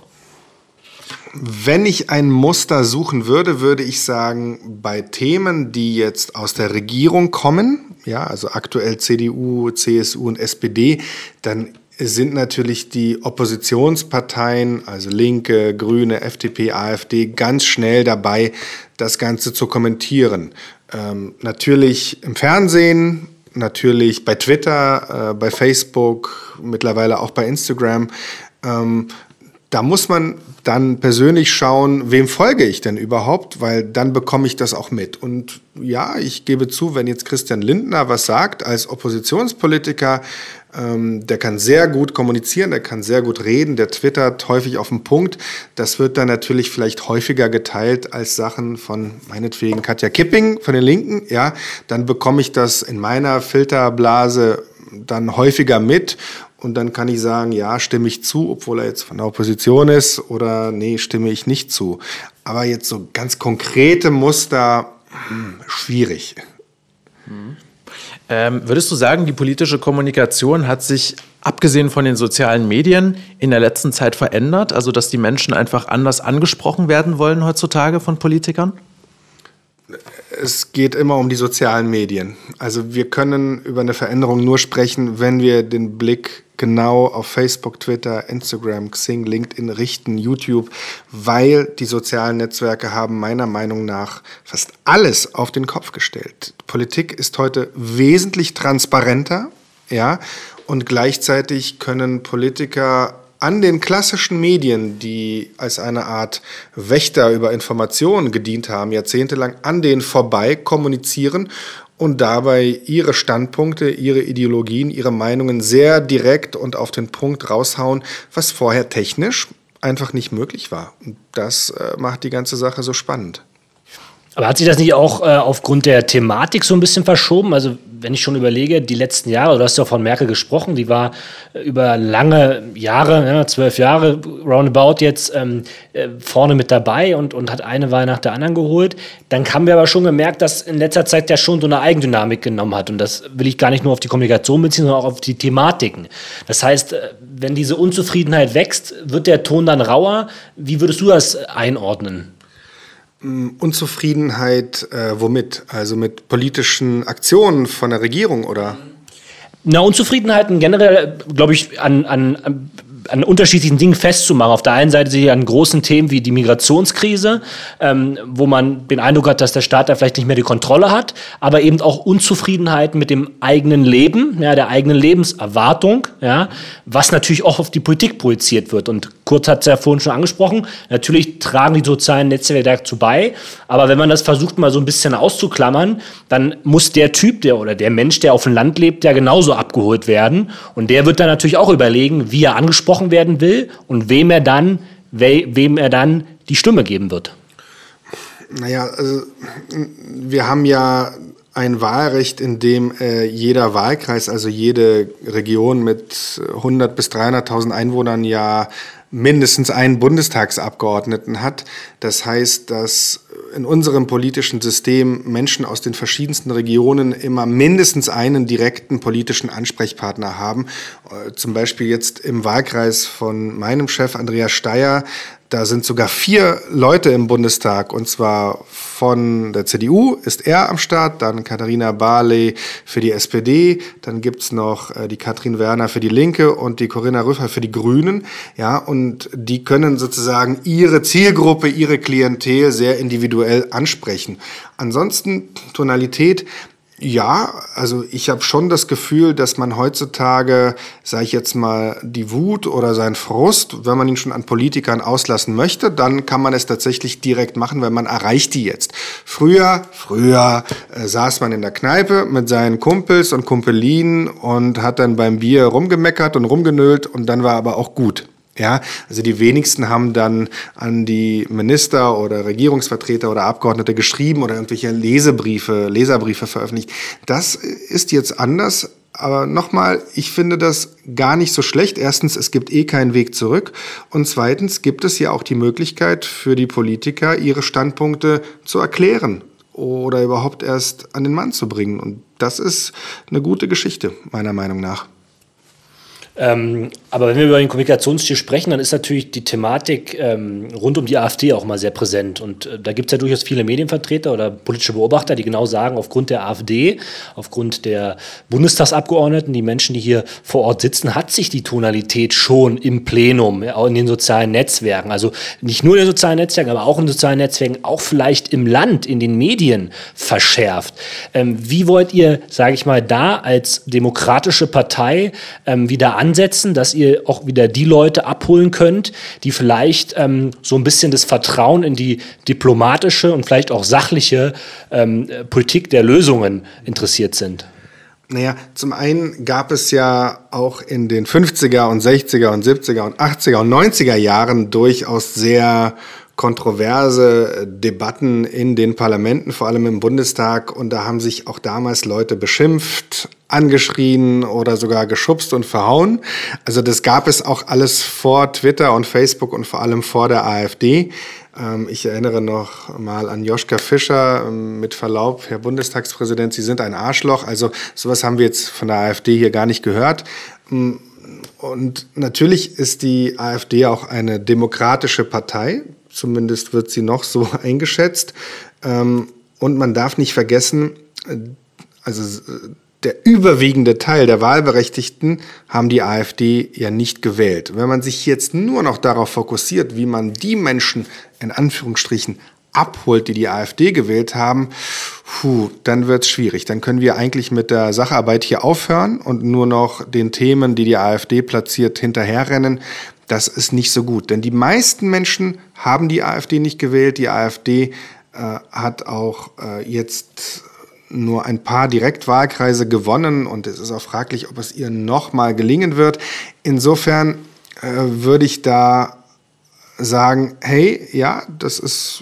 Wenn ich ein Muster suchen würde, würde ich sagen, bei Themen, die jetzt aus der Regierung kommen, ja, also aktuell C D U, C S U und S P D, dann sind natürlich die Oppositionsparteien, also Linke, Grüne, F D P, AfD, ganz schnell dabei, das Ganze zu kommentieren. Ähm, natürlich im Fernsehen, natürlich bei Twitter, äh, bei Facebook, mittlerweile auch bei Instagram. Ähm, Da muss man dann persönlich schauen, wem folge ich denn überhaupt, weil dann bekomme ich das auch mit. Und ja, ich gebe zu, wenn jetzt Christian Lindner was sagt als Oppositionspolitiker, ähm, der kann sehr gut kommunizieren, der kann sehr gut reden, der twittert häufig auf den Punkt. Das wird dann natürlich vielleicht häufiger geteilt als Sachen von meinetwegen Katja Kipping von den Linken. Ja, dann bekomme ich das in meiner Filterblase dann häufiger mit. Und dann kann ich sagen, ja, stimme ich zu, obwohl er jetzt von der Opposition ist, oder nee, stimme ich nicht zu. Aber jetzt so ganz konkrete Muster, hm, schwierig. Mhm. Ähm, würdest du sagen, die politische Kommunikation hat sich, abgesehen von den sozialen Medien, in der letzten Zeit verändert? Also, dass die Menschen einfach anders angesprochen werden wollen heutzutage von Politikern? Es geht immer um die sozialen Medien. Also wir können über eine Veränderung nur sprechen, wenn wir den Blick genau auf Facebook, Twitter, Instagram, Xing, LinkedIn richten, YouTube, weil die sozialen Netzwerke haben meiner Meinung nach fast alles auf den Kopf gestellt. Politik ist heute wesentlich transparenter, ja, und gleichzeitig können Politiker an den klassischen Medien, die als eine Art Wächter über Informationen gedient haben, jahrzehntelang an denen vorbei kommunizieren und dabei ihre Standpunkte, ihre Ideologien, ihre Meinungen sehr direkt und auf den Punkt raushauen, was vorher technisch einfach nicht möglich war. Und das äh, macht die ganze Sache so spannend. Aber hat sich das nicht auch äh, aufgrund der Thematik so ein bisschen verschoben? Also wenn ich schon überlege, die letzten Jahre, du hast ja von Merkel gesprochen, die war äh, über lange Jahre, ja, zwölf Jahre roundabout jetzt ähm, äh, vorne mit dabei und, und hat eine Wahl nach der anderen geholt. Dann haben wir aber schon gemerkt, dass in letzter Zeit ja schon so eine Eigendynamik genommen hat. Und das will ich gar nicht nur auf die Kommunikation beziehen, sondern auch auf die Thematiken. Das heißt, wenn diese Unzufriedenheit wächst, wird der Ton dann rauer. Wie würdest du das einordnen? Unzufriedenheit, äh, womit? Also mit politischen Aktionen von der Regierung, oder? Na, Unzufriedenheiten generell, glaube ich, an, an, an an unterschiedlichen Dingen festzumachen. Auf der einen Seite sehe ich an großen Themen wie die Migrationskrise, ähm, wo man den Eindruck hat, dass der Staat da vielleicht nicht mehr die Kontrolle hat, aber eben auch Unzufriedenheit mit dem eigenen Leben, ja, der eigenen Lebenserwartung, ja, was natürlich auch auf die Politik projiziert wird. Und Kurt hat es ja vorhin schon angesprochen, natürlich tragen die sozialen Netzwerke dazu bei, aber wenn man das versucht, mal so ein bisschen auszuklammern, dann muss der Typ, der oder der Mensch, der auf dem Land lebt, ja genauso abgeholt werden. Und der wird dann natürlich auch überlegen, wie er angesprochen werden will und wem er dann, we, wem er dann die Stimme geben wird. Naja, also, wir haben ja ein Wahlrecht, in dem äh, jeder Wahlkreis, also jede Region mit hundert bis dreihunderttausend Einwohnern ja mindestens einen Bundestagsabgeordneten hat. Das heißt, dass in unserem politischen System Menschen aus den verschiedensten Regionen immer mindestens einen direkten politischen Ansprechpartner haben. Zum Beispiel jetzt im Wahlkreis von meinem Chef Andreas Steyer, Da sind sogar vier Leute im Bundestag, und zwar von der C D U ist er am Start, dann Katharina Barley für die S P D, dann gibt's noch äh, die Katrin Werner für die Linke und die Corinna Rüffer für die Grünen. Ja, und die können sozusagen ihre Zielgruppe, ihre Klientel sehr individuell ansprechen. Ansonsten Tonalität. Ja, also ich habe schon das Gefühl, dass man heutzutage, sage ich jetzt mal, die Wut oder seinen Frust, wenn man ihn schon an Politikern auslassen möchte, dann kann man es tatsächlich direkt machen, weil man erreicht die jetzt. Früher, früher äh, saß man in der Kneipe mit seinen Kumpels und Kumpelinen und hat dann beim Bier rumgemeckert und rumgenölt und dann war aber auch gut. Ja, also die wenigsten haben dann an die Minister oder Regierungsvertreter oder Abgeordnete geschrieben oder irgendwelche Lesebriefe, Leserbriefe veröffentlicht. Das ist jetzt anders. Aber nochmal, ich finde das gar nicht so schlecht. Erstens, es gibt eh keinen Weg zurück. Und zweitens gibt es ja auch die Möglichkeit für die Politiker, ihre Standpunkte zu erklären oder überhaupt erst an den Mann zu bringen. Und das ist eine gute Geschichte, meiner Meinung nach. Ähm, aber wenn wir über den Kommunikationsstil sprechen, dann ist natürlich die Thematik ähm, rund um die AfD auch mal sehr präsent. Und äh, da gibt es ja durchaus viele Medienvertreter oder politische Beobachter, die genau sagen, aufgrund der AfD, aufgrund der Bundestagsabgeordneten, die Menschen, die hier vor Ort sitzen, hat sich die Tonalität schon im Plenum, ja, auch in den sozialen Netzwerken, also nicht nur in den sozialen Netzwerken, aber auch in den sozialen Netzwerken, auch vielleicht im Land, in den Medien verschärft. Ähm, wie wollt ihr, sage ich mal, da als demokratische Partei ähm, wieder an ansetzen, dass ihr auch wieder die Leute abholen könnt, die vielleicht ähm, so ein bisschen das Vertrauen in die diplomatische und vielleicht auch sachliche ähm, Politik der Lösungen interessiert sind? Naja, zum einen gab es ja auch in den fünfziger und sechziger und siebziger und achtziger und neunziger Jahren durchaus sehr kontroverse Debatten in den Parlamenten, vor allem im Bundestag. Und da haben sich auch damals Leute beschimpft, angeschrien oder sogar geschubst und verhauen. Also das gab es auch alles vor Twitter und Facebook und vor allem vor der AfD. Ich erinnere noch mal an Joschka Fischer, mit Verlaub, Herr Bundestagspräsident, Sie sind ein Arschloch. Also sowas haben wir jetzt von der AfD hier gar nicht gehört. Und natürlich ist die AfD auch eine demokratische Partei. Zumindest wird sie noch so eingeschätzt. Und man darf nicht vergessen, also der überwiegende Teil der Wahlberechtigten haben die AfD ja nicht gewählt. Wenn man sich jetzt nur noch darauf fokussiert, wie man die Menschen in Anführungsstrichen abholt, die die AfD gewählt haben, puh, dann wird's schwierig. Dann können wir eigentlich mit der Sacharbeit hier aufhören und nur noch den Themen, die die AfD platziert, hinterherrennen. Das ist nicht so gut, denn die meisten Menschen haben die AfD nicht gewählt. Die AfD äh, hat auch äh, jetzt nur ein paar Direktwahlkreise gewonnen und es ist auch fraglich, ob es ihr nochmal gelingen wird. Insofern äh, würde ich da sagen, hey, ja, das ist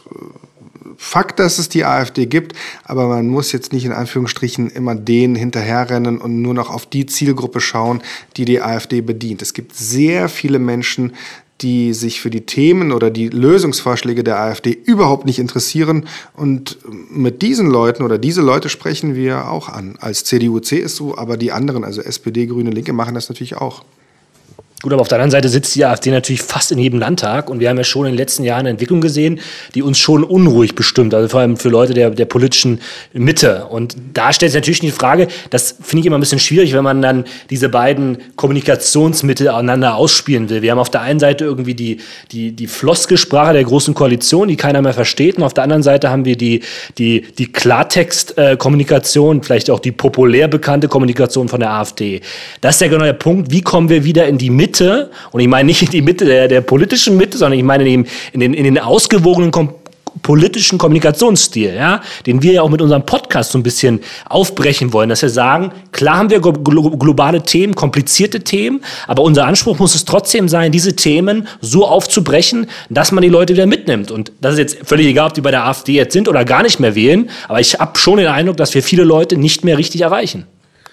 Fakt, dass es die AfD gibt, aber man muss jetzt nicht in Anführungsstrichen immer denen hinterherrennen und nur noch auf die Zielgruppe schauen, die die AfD bedient. Es gibt sehr viele Menschen, die sich für die Themen oder die Lösungsvorschläge der AfD überhaupt nicht interessieren. Und mit diesen Leuten oder diese Leute sprechen wir auch an. Als C D U, C S U, aber die anderen, also S P D, Grüne, Linke, machen das natürlich auch. Gut, aber auf der anderen Seite sitzt die AfD natürlich fast in jedem Landtag und wir haben ja schon in den letzten Jahren eine Entwicklung gesehen, die uns schon unruhig bestimmt, also vor allem für Leute der, der politischen Mitte. Und da stellt sich natürlich die Frage, das finde ich immer ein bisschen schwierig, wenn man dann diese beiden Kommunikationsmittel aneinander ausspielen will. Wir haben auf der einen Seite irgendwie die, die, die Floskelsprache der Großen Koalition, die keiner mehr versteht, und auf der anderen Seite haben wir die, die, die Klartext-Kommunikation, vielleicht auch die populär bekannte Kommunikation von der AfD. Das ist ja genau der Punkt, wie kommen wir wieder in die Mitte? Und ich meine nicht in die Mitte der, der politischen Mitte, sondern ich meine in, in, den, in den ausgewogenen kom- politischen Kommunikationsstil, ja, den wir ja auch mit unserem Podcast so ein bisschen aufbrechen wollen, dass wir sagen, klar haben wir glo- globale Themen, komplizierte Themen, aber unser Anspruch muss es trotzdem sein, diese Themen so aufzubrechen, dass man die Leute wieder mitnimmt. Und das ist jetzt völlig egal, ob die bei der AfD jetzt sind oder gar nicht mehr wählen, aber ich habe schon den Eindruck, dass wir viele Leute nicht mehr richtig erreichen.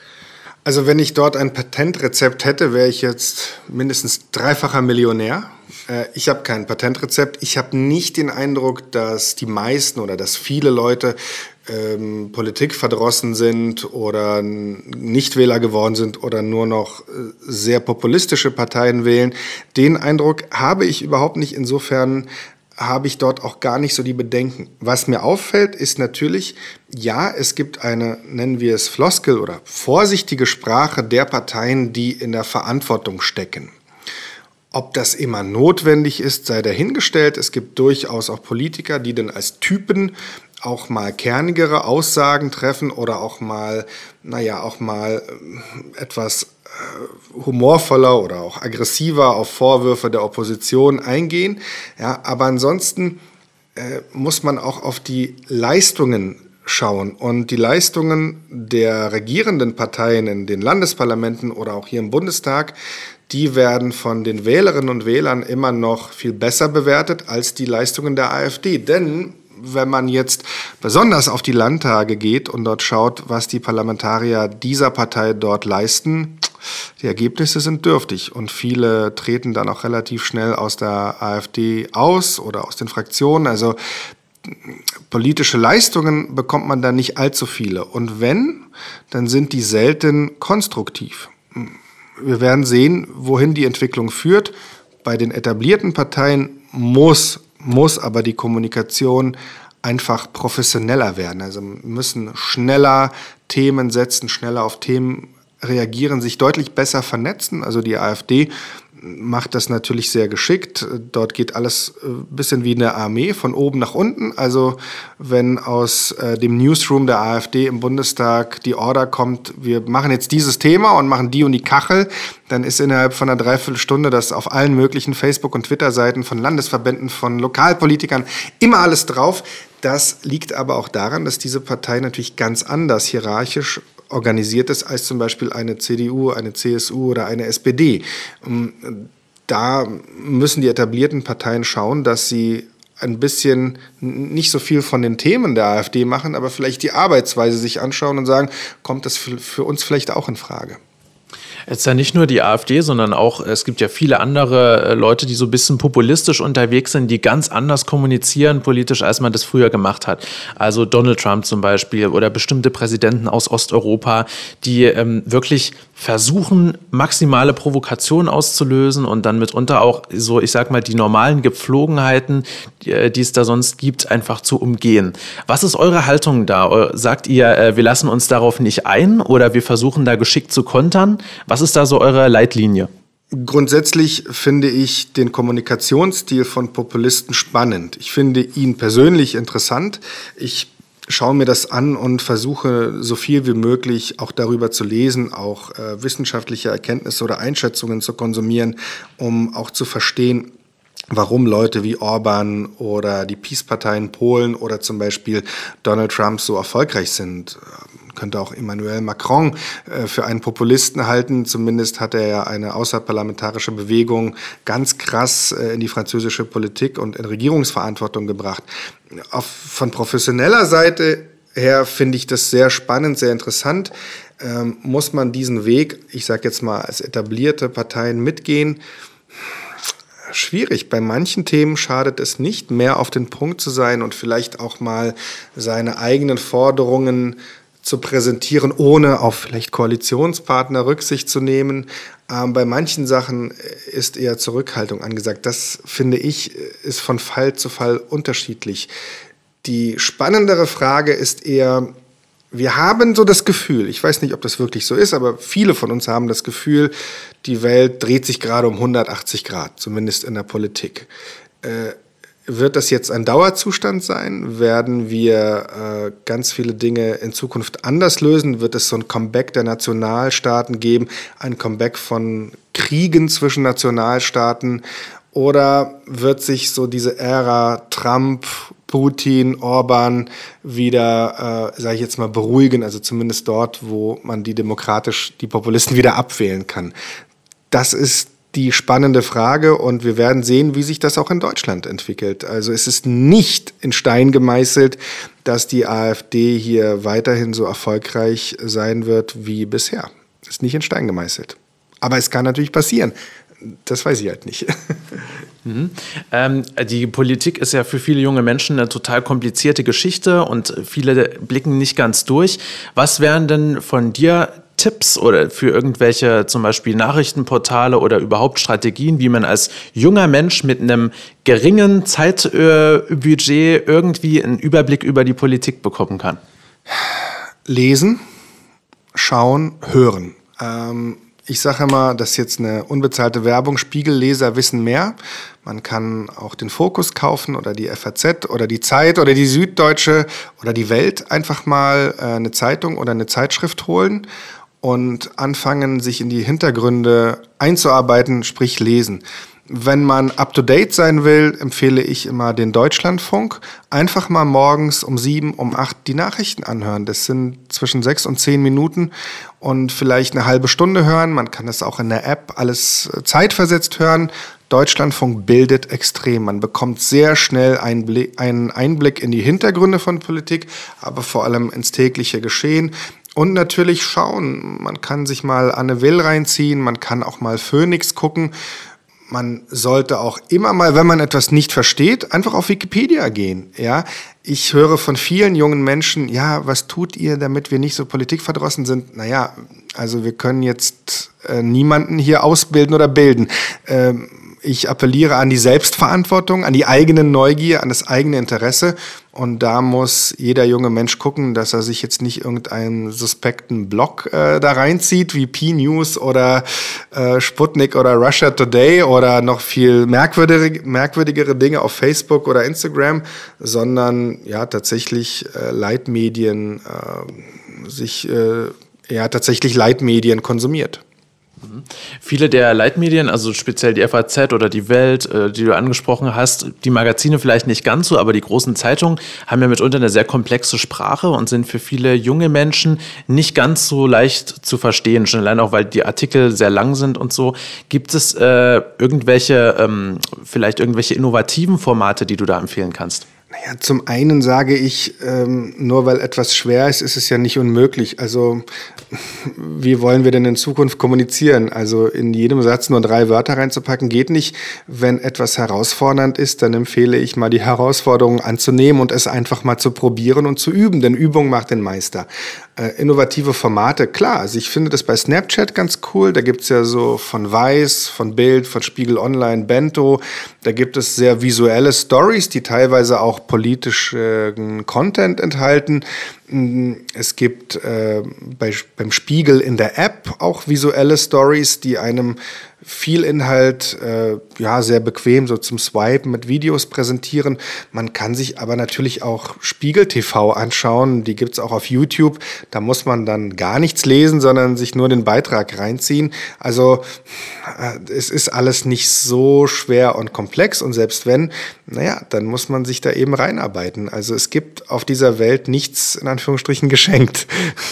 Also wenn ich dort ein Patentrezept hätte, wäre ich jetzt mindestens dreifacher Millionär. Äh, ich habe kein Patentrezept. Ich habe nicht den Eindruck, dass die meisten oder dass viele Leute ähm, Politik verdrossen sind oder Nichtwähler geworden sind oder nur noch sehr populistische Parteien wählen. Den Eindruck habe ich überhaupt nicht. Insofern habe ich dort auch gar nicht so die Bedenken. Was mir auffällt, ist natürlich, ja, es gibt eine, nennen wir es Floskel oder vorsichtige Sprache der Parteien, die in der Verantwortung stecken. Ob das immer notwendig ist, sei dahingestellt. Es gibt durchaus auch Politiker, die dann als Typen auch mal kernigere Aussagen treffen oder auch mal, naja, auch mal etwas humorvoller oder auch aggressiver auf Vorwürfe der Opposition eingehen. Ja, aber ansonsten äh, muss man auch auf die Leistungen schauen. Und die Leistungen der regierenden Parteien in den Landesparlamenten oder auch hier im Bundestag, die werden von den Wählerinnen und Wählern immer noch viel besser bewertet als die Leistungen der AfD. Denn wenn man jetzt besonders auf die Landtage geht und dort schaut, was die Parlamentarier dieser Partei dort leisten, die Ergebnisse sind dürftig und viele treten dann auch relativ schnell aus der AfD aus oder aus den Fraktionen. Also politische Leistungen bekommt man da nicht allzu viele. Und wenn, dann sind die selten konstruktiv. Wir werden sehen, wohin die Entwicklung führt. Bei den etablierten Parteien muss muss aber die Kommunikation einfach professioneller werden. Also müssen schneller Themen setzen, schneller auf Themen reagieren, sich deutlich besser vernetzen. Also die AfD macht das natürlich sehr geschickt. Dort geht alles ein bisschen wie in der Armee, von oben nach unten. Also wenn aus äh, dem Newsroom der AfD im Bundestag die Order kommt, wir machen jetzt dieses Thema und machen die und die Kachel, dann ist innerhalb von einer Dreiviertelstunde das auf allen möglichen Facebook- und Twitter-Seiten von Landesverbänden, von Lokalpolitikern immer alles drauf. Das liegt aber auch daran, dass diese Partei natürlich ganz anders hierarchisch organisiert ist als zum Beispiel eine C D U, eine C S U oder eine S P D. Da müssen die etablierten Parteien schauen, dass sie ein bisschen nicht so viel von den Themen der AfD machen, aber vielleicht die Arbeitsweise sich anschauen und sagen, kommt das für uns vielleicht auch in Frage? Jetzt ja nicht nur die AfD, sondern auch, es gibt ja viele andere Leute, die so ein bisschen populistisch unterwegs sind, die ganz anders kommunizieren politisch, als man das früher gemacht hat. Also Donald Trump zum Beispiel oder bestimmte Präsidenten aus Osteuropa, die ähm, wirklich versuchen, maximale Provokation auszulösen und dann mitunter auch so, ich sag mal, die normalen Gepflogenheiten, die, die es da sonst gibt, einfach zu umgehen. Was ist eure Haltung da? Sagt ihr, äh, wir lassen uns darauf nicht ein oder wir versuchen da geschickt zu kontern? Was ist da so eure Leitlinie? Grundsätzlich finde ich den Kommunikationsstil von Populisten spannend. Ich finde ihn persönlich interessant. Ich schaue mir das an und versuche so viel wie möglich auch darüber zu lesen, auch äh, wissenschaftliche Erkenntnisse oder Einschätzungen zu konsumieren, um auch zu verstehen, warum Leute wie Orban oder die Peace-Partei in Polen oder zum Beispiel Donald Trump so erfolgreich sind. Könnte auch Emmanuel Macron äh, für einen Populisten halten. Zumindest hat er ja eine außerparlamentarische Bewegung ganz krass äh, in die französische Politik und in Regierungsverantwortung gebracht. Auf, von professioneller Seite her finde ich das sehr spannend, sehr interessant. Ähm, muss man diesen Weg, ich sage jetzt mal als etablierte Parteien mitgehen? Schwierig. Bei manchen Themen schadet es nicht, mehr auf den Punkt zu sein und vielleicht auch mal seine eigenen Forderungen zu präsentieren, ohne auf vielleicht Koalitionspartner Rücksicht zu nehmen. Ähm, bei manchen Sachen ist eher Zurückhaltung angesagt. Das, finde ich, ist von Fall zu Fall unterschiedlich. Die spannendere Frage ist eher, wir haben so das Gefühl, ich weiß nicht, ob das wirklich so ist, aber viele von uns haben das Gefühl, die Welt dreht sich gerade um hundertachtzig Grad, zumindest in der Politik. Äh, Wird das jetzt ein Dauerzustand sein? Werden wir äh, ganz viele Dinge in Zukunft anders lösen? Wird es so ein Comeback der Nationalstaaten geben? Ein Comeback von Kriegen zwischen Nationalstaaten? Oder wird sich so diese Ära Trump, Putin, Orban wieder, äh, sage ich jetzt mal, beruhigen? Also zumindest dort, wo man die demokratisch, die Populisten wieder abwählen kann. Das ist die spannende Frage und wir werden sehen, wie sich das auch in Deutschland entwickelt. Also es ist nicht in Stein gemeißelt, dass die AfD hier weiterhin so erfolgreich sein wird wie bisher. Es ist nicht in Stein gemeißelt. Aber es kann natürlich passieren. Das weiß ich halt nicht. Mhm. Ähm, die Politik ist ja für viele junge Menschen eine total komplizierte Geschichte und viele blicken nicht ganz durch. Was wären denn von dir Tipps oder für irgendwelche zum Beispiel Nachrichtenportale oder überhaupt Strategien, wie man als junger Mensch mit einem geringen Zeitbudget äh, irgendwie einen Überblick über die Politik bekommen kann? Lesen, schauen, hören. Ähm Ich sage immer, das ist jetzt eine unbezahlte Werbung, Spiegelleser wissen mehr. Man kann auch den Fokus kaufen oder die F A Z oder die Zeit oder die Süddeutsche oder die Welt einfach mal äh, eine Zeitung oder eine Zeitschrift holen und anfangen, sich in die Hintergründe einzuarbeiten, sprich lesen. Wenn man up-to-date sein will, empfehle ich immer den Deutschlandfunk. Einfach mal morgens um sieben, um acht die Nachrichten anhören. Das sind zwischen sechs und zehn Minuten und vielleicht eine halbe Stunde hören. Man kann das auch in der App alles zeitversetzt hören. Deutschlandfunk bildet extrem. Man bekommt sehr schnell einen Einblick in die Hintergründe von Politik, aber vor allem ins tägliche Geschehen. Und natürlich schauen. Man kann sich mal Anne Will reinziehen. Man kann auch mal Phoenix gucken. Man sollte auch immer mal, wenn man etwas nicht versteht, einfach auf Wikipedia gehen. Ja, ich höre von vielen jungen Menschen, ja, was tut ihr, damit wir nicht so politikverdrossen sind? Naja, also wir können jetzt äh, niemanden hier ausbilden oder bilden. Ähm, ich appelliere an die Selbstverantwortung, an die eigene Neugier, an das eigene Interesse. Und da muss jeder junge Mensch gucken, dass er sich jetzt nicht irgendeinen suspekten Blog äh, da reinzieht, wie P-News oder äh, Sputnik oder Russia Today oder noch viel merkwürdigere, merkwürdigere Dinge auf Facebook oder Instagram, sondern ja tatsächlich äh, Leitmedien, äh, sich äh, ja tatsächlich Leitmedien konsumiert. Viele der Leitmedien, also speziell die F A Z oder die Welt, die du angesprochen hast, die Magazine vielleicht nicht ganz so, aber die großen Zeitungen haben ja mitunter eine sehr komplexe Sprache und sind für viele junge Menschen nicht ganz so leicht zu verstehen, schon allein auch, weil die Artikel sehr lang sind und so. Gibt es äh, irgendwelche, ähm, vielleicht irgendwelche innovativen Formate, die du da empfehlen kannst? Naja, zum einen sage ich, ähm, nur weil etwas schwer ist, ist es ja nicht unmöglich. Also wie wollen wir denn in Zukunft kommunizieren? Also in jedem Satz nur drei Wörter reinzupacken geht nicht. Wenn etwas herausfordernd ist, dann empfehle ich mal die Herausforderung anzunehmen und es einfach mal zu probieren und zu üben, denn Übung macht den Meister. Äh, innovative Formate, klar. Also ich finde das bei Snapchat ganz cool. Da gibt's ja so von Weiß, von Bild, von Spiegel Online, Bento. Da gibt es sehr visuelle Stories, die teilweise auch politischen Content enthalten. Es gibt äh, bei, beim Spiegel in der App auch visuelle Stories, die einem viel Inhalt äh, ja sehr bequem so zum Swipen mit Videos präsentieren. Man kann sich aber natürlich auch Spiegel T V anschauen. Die gibt's auch auf YouTube. Da muss man dann gar nichts lesen, sondern sich nur den Beitrag reinziehen. Also äh, es ist alles nicht so schwer und komplex. Und selbst wenn, naja, dann muss man sich da eben reinarbeiten. Also es gibt auf dieser Welt nichts in Anführungsstrichen geschenkt.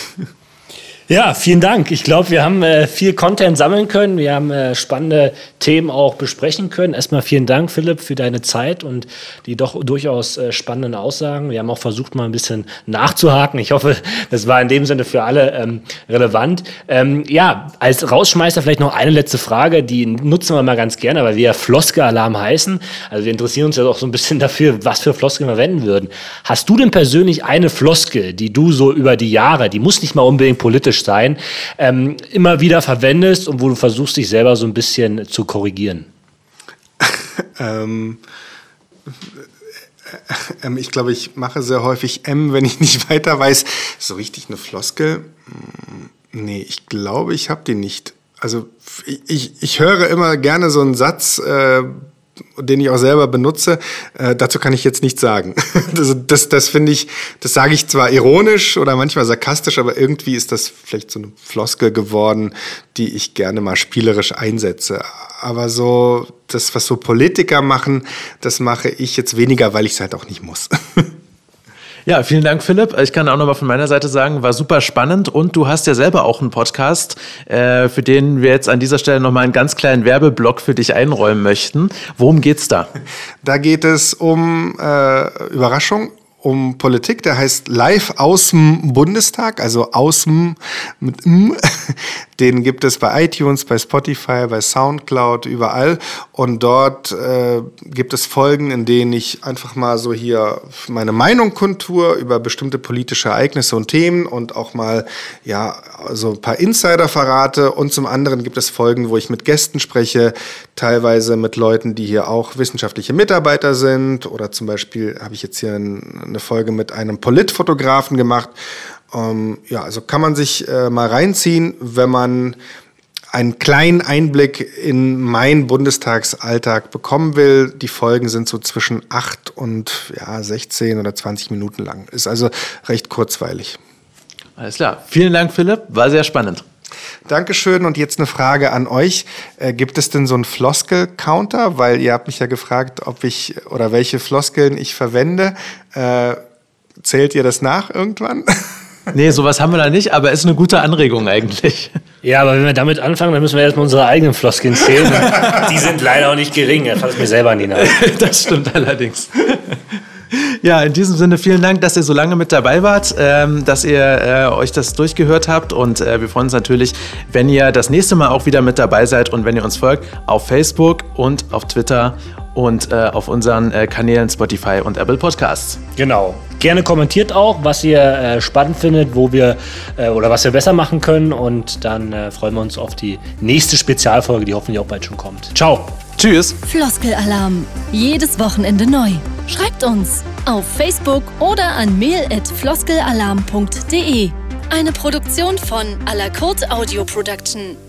Ja, vielen Dank. Ich glaube, wir haben äh, viel Content sammeln können. Wir haben äh, spannende Themen auch besprechen können. Erstmal vielen Dank, Philipp, für deine Zeit und die doch durchaus äh, spannenden Aussagen. Wir haben auch versucht, mal ein bisschen nachzuhaken. Ich hoffe, das war in dem Sinne für alle ähm, relevant. Ähm, ja, als Rausschmeißer vielleicht noch eine letzte Frage. Die nutzen wir mal ganz gerne, weil wir ja Floskel-Alarm heißen. Also wir interessieren uns ja auch so ein bisschen dafür, was für Floskeln wir verwenden würden. Hast du denn persönlich eine Floskel, die du so über die Jahre, die muss nicht mal unbedingt politisch sein, ähm, immer wieder verwendest und wo du versuchst, dich selber so ein bisschen zu korrigieren? ähm, äh, ich glaube, ich mache sehr häufig M, wenn ich nicht weiter weiß. So richtig eine Floskel? Nee, ich glaube, ich habe die nicht. Also ich, ich höre immer gerne so einen Satz, äh, den ich auch selber benutze. Äh, dazu kann ich jetzt nichts sagen. das das, das finde ich, das sage ich zwar ironisch oder manchmal sarkastisch, aber irgendwie ist das vielleicht so eine Floskel geworden, die ich gerne mal spielerisch einsetze. Aber so das, was so Politiker machen, das mache ich jetzt weniger, weil ich es halt auch nicht muss. Ja, vielen Dank, Philipp. Ich kann auch nochmal von meiner Seite sagen, war super spannend und du hast ja selber auch einen Podcast, äh, für den wir jetzt an dieser Stelle nochmal einen ganz kleinen Werbeblock für dich einräumen möchten. Worum geht's da? Da geht es um äh, Überraschung, um Politik. Der heißt Live aus dem Bundestag, also aus dem mit M. Den gibt es bei iTunes, bei Spotify, bei Soundcloud, überall. Und dort äh, gibt es Folgen, in denen ich einfach mal so hier meine Meinung kundtue über bestimmte politische Ereignisse und Themen und auch mal ja so ein paar Insider verrate. Und zum anderen gibt es Folgen, wo ich mit Gästen spreche, teilweise mit Leuten, die hier auch wissenschaftliche Mitarbeiter sind. Oder zum Beispiel habe ich jetzt hier eine Folge mit einem Politfotografen gemacht. Ähm, ja, also kann man sich äh, mal reinziehen, wenn man einen kleinen Einblick in meinen Bundestagsalltag bekommen will. Die Folgen sind so zwischen acht und ja, sechzehn oder zwanzig Minuten lang. Ist also recht kurzweilig. Alles klar. Vielen Dank, Philipp. War sehr spannend. Dankeschön. Und jetzt eine Frage an euch. Äh, gibt es denn so einen Floskel-Counter? Weil ihr habt mich ja gefragt, ob ich oder welche Floskeln ich verwende. Äh, zählt ihr das nach irgendwann? Nee, sowas haben wir da nicht, aber ist eine gute Anregung eigentlich. Ja, aber wenn wir damit anfangen, dann müssen wir erstmal unsere eigenen Floskeln zählen. Die sind leider auch nicht gering. Das fasst mir selber an die Nase. Das stimmt allerdings. Ja, in diesem Sinne vielen Dank, dass ihr so lange mit dabei wart, ähm, dass ihr äh, euch das durchgehört habt und äh, wir freuen uns natürlich, wenn ihr das nächste Mal auch wieder mit dabei seid und wenn ihr uns folgt auf Facebook und auf Twitter und äh, auf unseren äh, Kanälen Spotify und Apple Podcasts. Genau. Gerne kommentiert auch, was ihr äh, spannend findet, wo wir äh, oder was wir besser machen können und dann äh, freuen wir uns auf die nächste Spezialfolge, die hoffentlich auch bald schon kommt. Ciao. Tschüss. Floskelalarm. Jedes Wochenende neu. Schreibt uns auf Facebook oder an mail at floskelalarm punkt de. Eine Produktion von à la Courte Audio Production.